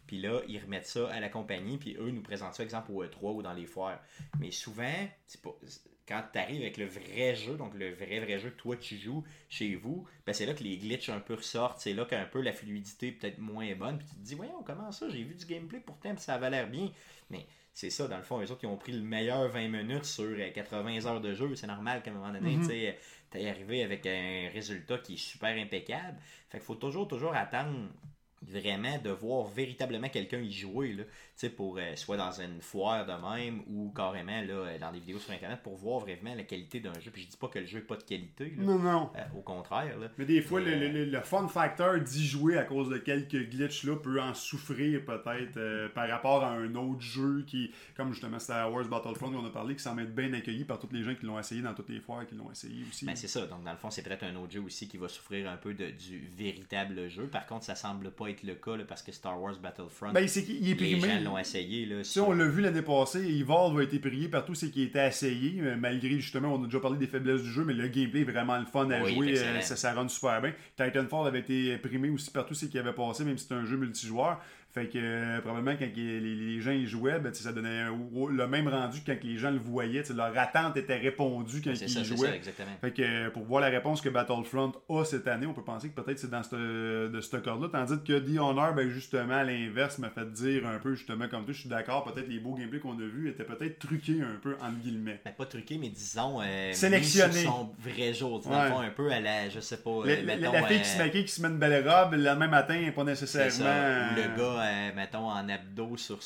puis là, ils remettent ça à la compagnie, puis eux nous présentent ça, exemple, au E3 ou dans les foires. Mais souvent, c'est pas... Quand tu arrives avec le vrai jeu, donc le vrai jeu que toi tu joues chez vous, ben c'est là que les glitches un peu ressortent, c'est là qu'un peu la fluidité est peut-être moins bonne, puis tu te dis, voyons, comment ça, j'ai vu du gameplay pourtant, puis ça avait l'air bien. Mais c'est ça, dans le fond, eux autres, ils ont pris le meilleur 20 minutes sur 80 heures de jeu, c'est normal qu'à un moment donné, tu sais, t'es arrivé avec un résultat qui est super impeccable. Fait qu'il faut toujours attendre vraiment de voir véritablement quelqu'un y jouer là, pour soit dans une foire de même ou carrément là, dans des vidéos sur internet pour voir vraiment la qualité d'un jeu. Puis je dis pas que le jeu n'est pas de qualité là. Non. Au contraire là. Mais des fois le fun factor d'y jouer à cause de quelques glitches là peut en souffrir peut-être par rapport à un autre jeu qui, comme justement Star Wars Battlefront qu'on a parlé, qui semble être bien accueilli par toutes les gens qui l'ont essayé dans toutes les foires qui l'ont essayé aussi. Ben c'est ça, donc dans le fond c'est peut-être un autre jeu aussi qui va souffrir un peu du véritable jeu. Par contre ça semble pas être le cas là, parce que Star Wars Battlefront, c'est qu'il est primé. Les gens l'ont essayé là, on l'a vu l'année passée, Evolve a été prié par tout ce qui était essayé, malgré justement, on a déjà parlé des faiblesses du jeu, mais le gameplay est vraiment le fun à jouer, ça run super bien. Titanfall avait été primé aussi par tout ce qui avait passé, même si c'est un jeu multijoueur. Fait que probablement quand les gens y jouaient, ça donnait le même rendu que quand les gens le voyaient. Leur attente était répondue quand ils jouaient. Ça, exactement. Fait que pour voir la réponse que Battlefront a cette année, on peut penser que peut-être c'est dans ce corde-là. Tandis que The Honor, justement, à l'inverse, m'a fait dire un peu, justement, comme toi, je suis d'accord, peut-être les beaux gameplays qu'on a vus étaient peut-être truqués un peu, entre guillemets. Pas truqués, mais disons, sélectionnés. Sur son vrai jour. Dans le fond, un peu à la, je sais pas, mettons, la fille qui se maquille, qui se met une belle robe, le lendemain matin, pas nécessairement... Ou le gars, mettons, en abdos sur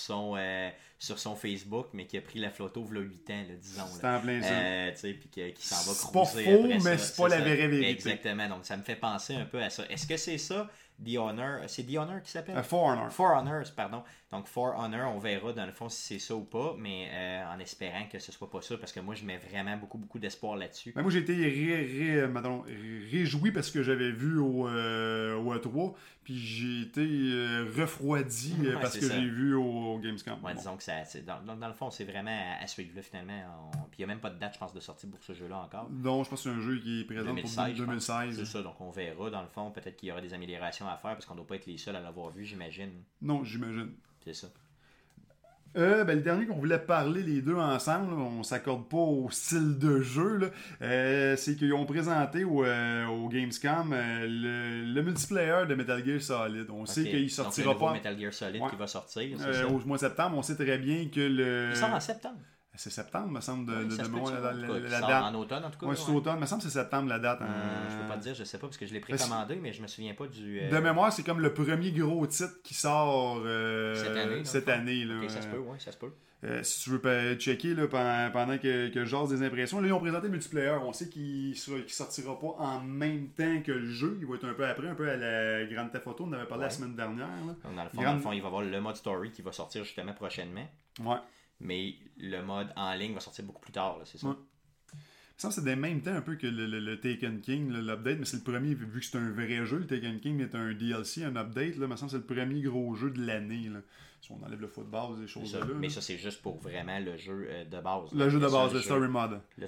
son Facebook, mais qui a pris la photo il y a 8 ans, là, disons. C'est en plein ça. Puis qui s'en va cruiser. C'est pas faux, mais c'est pas la vraie vérité. Exactement, donc ça me fait penser un peu à ça. Est-ce que c'est ça, The Honor? C'est The Honor qui s'appelle? For Honor. For Honor, pardon. Donc For Honor, on verra dans le fond si c'est ça ou pas, mais en espérant que ce soit pas ça, parce que moi je mets vraiment beaucoup d'espoir là-dessus. Moi j'ai été réjoui parce que j'avais vu au E3, puis j'ai été refroidi parce que j'ai vu au Gamescom. Ouais, disons que ça, dans le fond, c'est vraiment à suivre là, finalement. Puis il n'y a même pas de date, je pense, de sortie pour ce jeu-là encore. Non, je pense que c'est un jeu qui est présent 2016, pour 2016. C'est ça, donc on verra. Dans le fond, peut-être qu'il y aura des améliorations à faire parce qu'on ne doit pas être les seuls à l'avoir vu, j'imagine. Non, j'imagine. C'est ça. Le dernier qu'on voulait parler les deux ensemble, on s'accorde pas au style de jeu, c'est qu'ils ont présenté au Gamescom le multiplayer de Metal Gear Solid. On sait qu'il sortira pas. Metal Gear Solid qui va sortir. Au mois de septembre, on sait très bien que le. Il sort en septembre. C'est septembre, me semble, de la date. En automne, en tout cas. Oui, c'est automne. Me semble que c'est septembre, la date. Je peux pas te dire, je sais pas, parce que je l'ai précommandé, mais je me souviens pas du... De mémoire, c'est comme le premier gros titre qui sort cette année. Là. Ok, ça se peut, oui, ça se peut. Si tu veux checker là, pendant que je jase des impressions. Là, ils ont présenté le multiplayer. On sait qu'il sortira pas en même temps que le jeu. Il va être un peu après, un peu à la Grand Theft Auto. On en avait parlé la semaine dernière. Là. Donc, dans le fond, il va y avoir le mode story qui va sortir justement prochainement. Ouais. Mais le mode en ligne va sortir beaucoup plus tard, là, c'est ça? Ouais. Ça me semble que c'est des mêmes temps un peu que le Taken King, l'update, mais c'est le premier, vu que c'est un vrai jeu, le Taken King est un DLC, un update, là, me semble que c'est le premier gros jeu de l'année. Là. Si on enlève le football, des choses là. Mais ça, c'est juste pour vraiment le jeu de base. Le jeu de base, le story mode. Le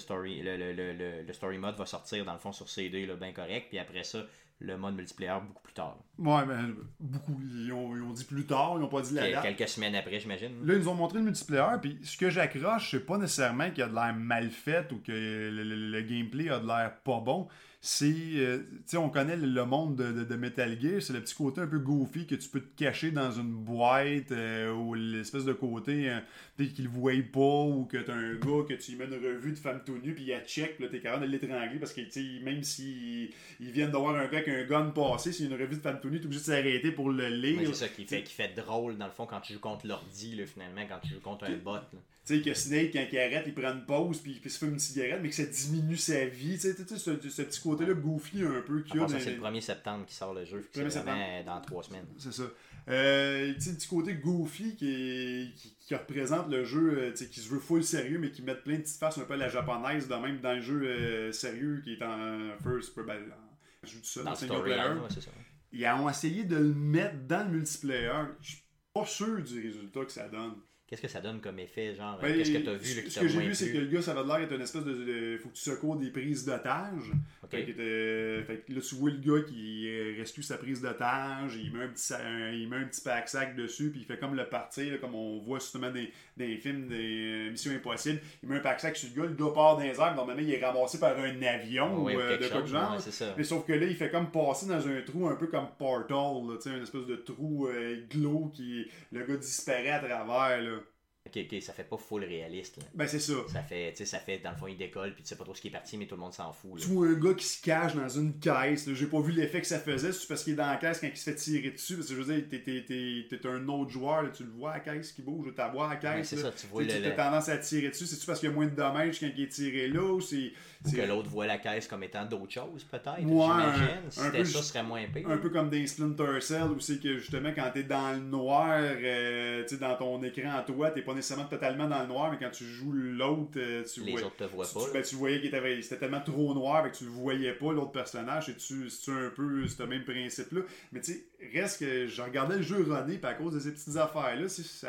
story mode va sortir dans le fond sur CD, là, bien correct, puis après ça, le mode multiplayer beaucoup plus tard. Ouais, mais beaucoup. Ils ont dit plus tard, ils n'ont pas dit la date. Quelques semaines après, j'imagine. Là, ils nous ont montré le multiplayer, puis ce que j'accroche, c'est pas nécessairement qu'il a de l'air mal fait ou que le gameplay a de l'air pas bon. C'est, tu sais, on connaît le monde de Metal Gear, c'est le petit côté un peu goofy que tu peux te cacher dans une boîte ou l'espèce de côté qu'il ne voit pas ou que t'as un gars que tu lui mets une revue de femme tout nue puis il a check, puis là t'es capable de l'étrangler parce que même s'ils viennent d'avoir un gars avec un gun passé, c'est une revue de femme tout nue, t'es obligé de s'arrêter pour le lire. Mais c'est ça qui fait drôle dans le fond quand tu joues contre l'ordi, là, finalement, quand tu joues contre un bot. Tu sais, que Snake, quand il arrête, il prend une pause puis il se fume une cigarette, mais que ça diminue sa vie. Tu sais, ce petit côté-là goofy un peu qu'il y a. C'est le 1er septembre qui sort le jeu, c'est vraiment dans 3 semaines. C'est ça. Tu sais, le petit côté goofy qui représente le jeu, qui se veut full sérieux, mais qui met plein de petites faces un peu à la japonaise, de même dans le jeu sérieux qui est en first, je joue tout ça, dans single player. C'est ça. Ils ont essayé de le mettre dans le multiplayer. Je suis pas sûr du résultat que ça donne. qu'est-ce que ça donne comme effet, genre, Ben, qu'est-ce que t'as vu, là, qui ce t'a que j'ai moins vu, c'est plu? que le gars, ça va de l'air être une espèce de faut que tu secours des prises d'otages. Ok. Fait que là, tu vois le gars qui rescue sa prise d'otage, il met un petit pack-sac dessus, puis il fait comme le partir, là, comme on voit justement des films, des Missions Impossibles. Il met un pack-sac sur le gars part dans les airs, normalement, il est ramassé par un avion Oui, ou ou quelque de quoi de chose, genre. ouais, c'est ça. Mais sauf que là, il fait comme passer dans un trou un peu comme Portal, là, une espèce de trou glow qui le gars disparaît à travers. Là. Ok, ça fait pas full réaliste, là. Ben, c'est ça. Ça fait, dans le fond, il décolle, puis tu sais pas trop ce qui est parti, mais tout le monde s'en fout, là. Tu vois un gars qui se cache dans une caisse. Là. J'ai pas vu l'effet que ça faisait. C'est parce qu'il est dans la caisse quand il se fait tirer dessus. Parce que je veux dire, t'es un autre joueur. Là. Tu le vois à la caisse qui bouge. Tu vois à la caisse. Ouais, c'est là. ça, tu vois t'as tendance à tirer dessus. C'est-tu parce qu'il y a moins de dommages quand il est tiré là ou c'est. Ou que l'autre voit la caisse comme étant d'autres choses, peut-être. Ouais, j'imagine. Si un c'était peu ça, ce serait moins pire. Un peu comme des Splinter Cell où c'est que justement quand t'es dans le noir, tu sais, dans ton écran à toi, t'es pas nécessairement totalement dans le noir, mais quand tu joues l'autre, Les autres te voient pas. Tu voyais qu'il c'était tellement trop noir que tu le voyais pas, l'autre personnage. C'est-tu un peu ce même principe-là? Mais tu sais, reste que je regardais le jeu runner, puis à cause de ces petites affaires-là,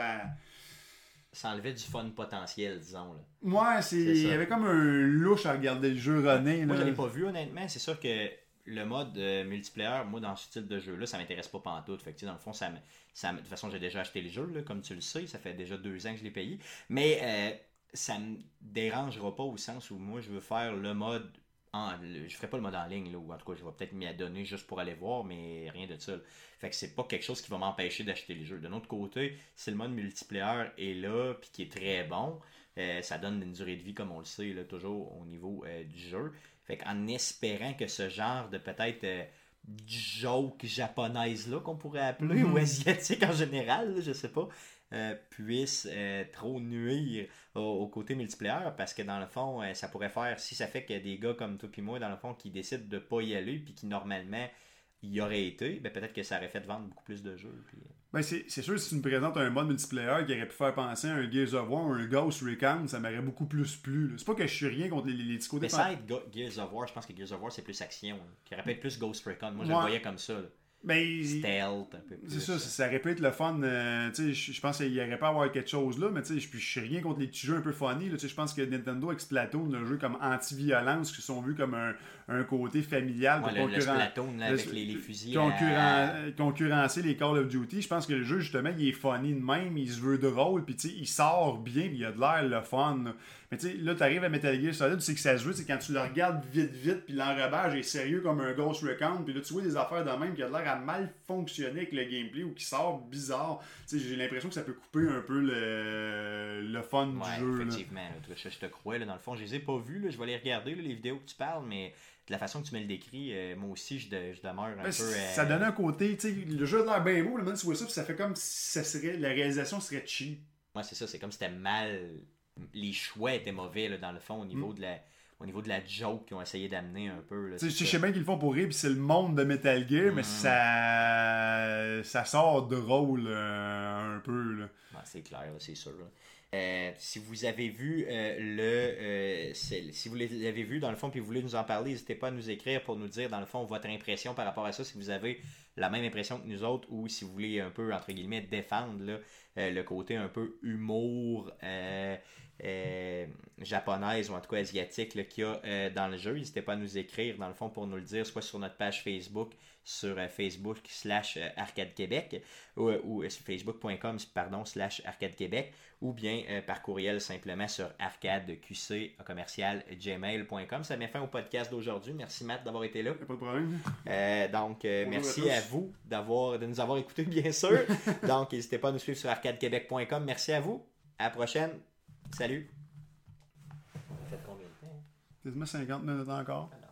ça enlevait du fun potentiel, disons. Là. Ouais, il y avait comme un louche à regarder le jeu runner. Moi, là. je l'ai pas vu, honnêtement. C'est sûr que le mode multiplayer, moi, dans ce type de jeu-là, ça m'intéresse pas pantoute. Fait que, dans le fond, de toute façon, j'ai déjà acheté le jeu, là, comme tu le sais. Ça fait déjà 2 ans que je l'ai payé. Mais ça me dérangera pas au sens où moi, je veux faire le mode... je ferai pas le mode en ligne, là, ou en tout cas, je vais peut-être m'y adonner juste pour aller voir, mais rien de ça. Là. Fait que c'est pas quelque chose qui va m'empêcher d'acheter le jeu. De l'autre côté, si le mode multiplayer est là, puis qui est très bon, ça donne une durée de vie, comme on le sait, là, toujours au niveau du jeu. Fait qu'en espérant que ce genre de peut-être joke japonaise là qu'on pourrait appeler, ou asiatique en général, là, je sais pas, puisse trop nuire au côté multiplayer, parce que dans le fond, ça pourrait faire, si ça fait que des gars comme toi et moi, dans le fond, qui décident de pas y aller, puis qui normalement y auraient été, ben peut-être que ça aurait fait vendre beaucoup plus de jeux. Puis... Ben c'est sûr, si tu me présentes un mode multiplayer qui aurait pu faire penser à un Gears of War ou un Ghost Recon, ça m'aurait beaucoup plus plu. Là. C'est pas que je suis rien contre les petits côtés. Mais ça être Gears of War, je pense que Gears of War c'est plus action. Là. Qui aurait pu être plus Ghost Recon. Moi je le voyais comme ça. Là. Ben, stealth, un peu plus. C'est ça aurait pu être le fun. Je pense qu'il aurait pas à avoir quelque chose là, mais je suis rien contre les petits jeux un peu funny. Là, je pense que Nintendo avec Splatoon, le jeu comme anti-violence, qui sont vus comme un côté familial pour le Splatoon là, avec les fusils. Concurrencer les Call of Duty. Je pense que le jeu, justement, il est funny de même, il se veut drôle, puis il sort bien, puis il a de l'air le fun. Là. Mais là, t'arrives à Metal Gear Solid, tu sais que ça se joue, c'est quand tu le regardes vite, puis l'enrobage est sérieux comme un Ghost Recon, puis là, tu vois des affaires de même qui a de l'air à mal fonctionner avec le gameplay ou qui sort bizarre. J'ai l'impression que ça peut couper un peu le fun du jeu. Effectivement, là, je te crois. Là, dans le fond, je les ai pas vus, là, je vais les regarder, là, les vidéos que tu parles, mais de la façon que tu me le décris, moi aussi, je demeure un peu... Ça donne un côté, le jeu a l'air bien beau, le même si tu vois ça, puis ça fait comme si la réalisation serait cheap. Ouais, c'est ça, c'est comme si c'était mal... Les choix étaient mauvais, là, dans le fond, au niveau de la joke qu'ils ont essayé d'amener un peu. Là, je sais bien qu'ils le font pour rire, puis c'est le monde de Metal Gear, mais ça sort drôle un peu. Là. Ouais, c'est clair, là, c'est sûr. Si vous avez vu si vous l'avez vu dans le fond puis vous voulez nous en parler, n'hésitez pas à nous écrire pour nous dire dans le fond votre impression par rapport à ça, si vous avez la même impression que nous autres ou si vous voulez un peu entre guillemets défendre là, le côté un peu humour japonaise ou en tout cas asiatique là, qu'il y a dans le jeu. N'hésitez pas à nous écrire dans le fond pour nous le dire, soit sur notre page Facebook, sur Facebook/Arcade Québec ou Facebook.com/Arcade Québec ou bien par courriel simplement sur arcadeqc@gmail.com. Ça met fin au podcast d'aujourd'hui. Merci Matt d'avoir été là. Pas de problème. Donc merci à vous de nous avoir écoutés bien sûr. Donc n'hésitez pas à nous suivre sur arcadequebec.com. Merci à vous. À la prochaine. Salut. Ça fait combien de temps? Quasiment 50 minutes encore.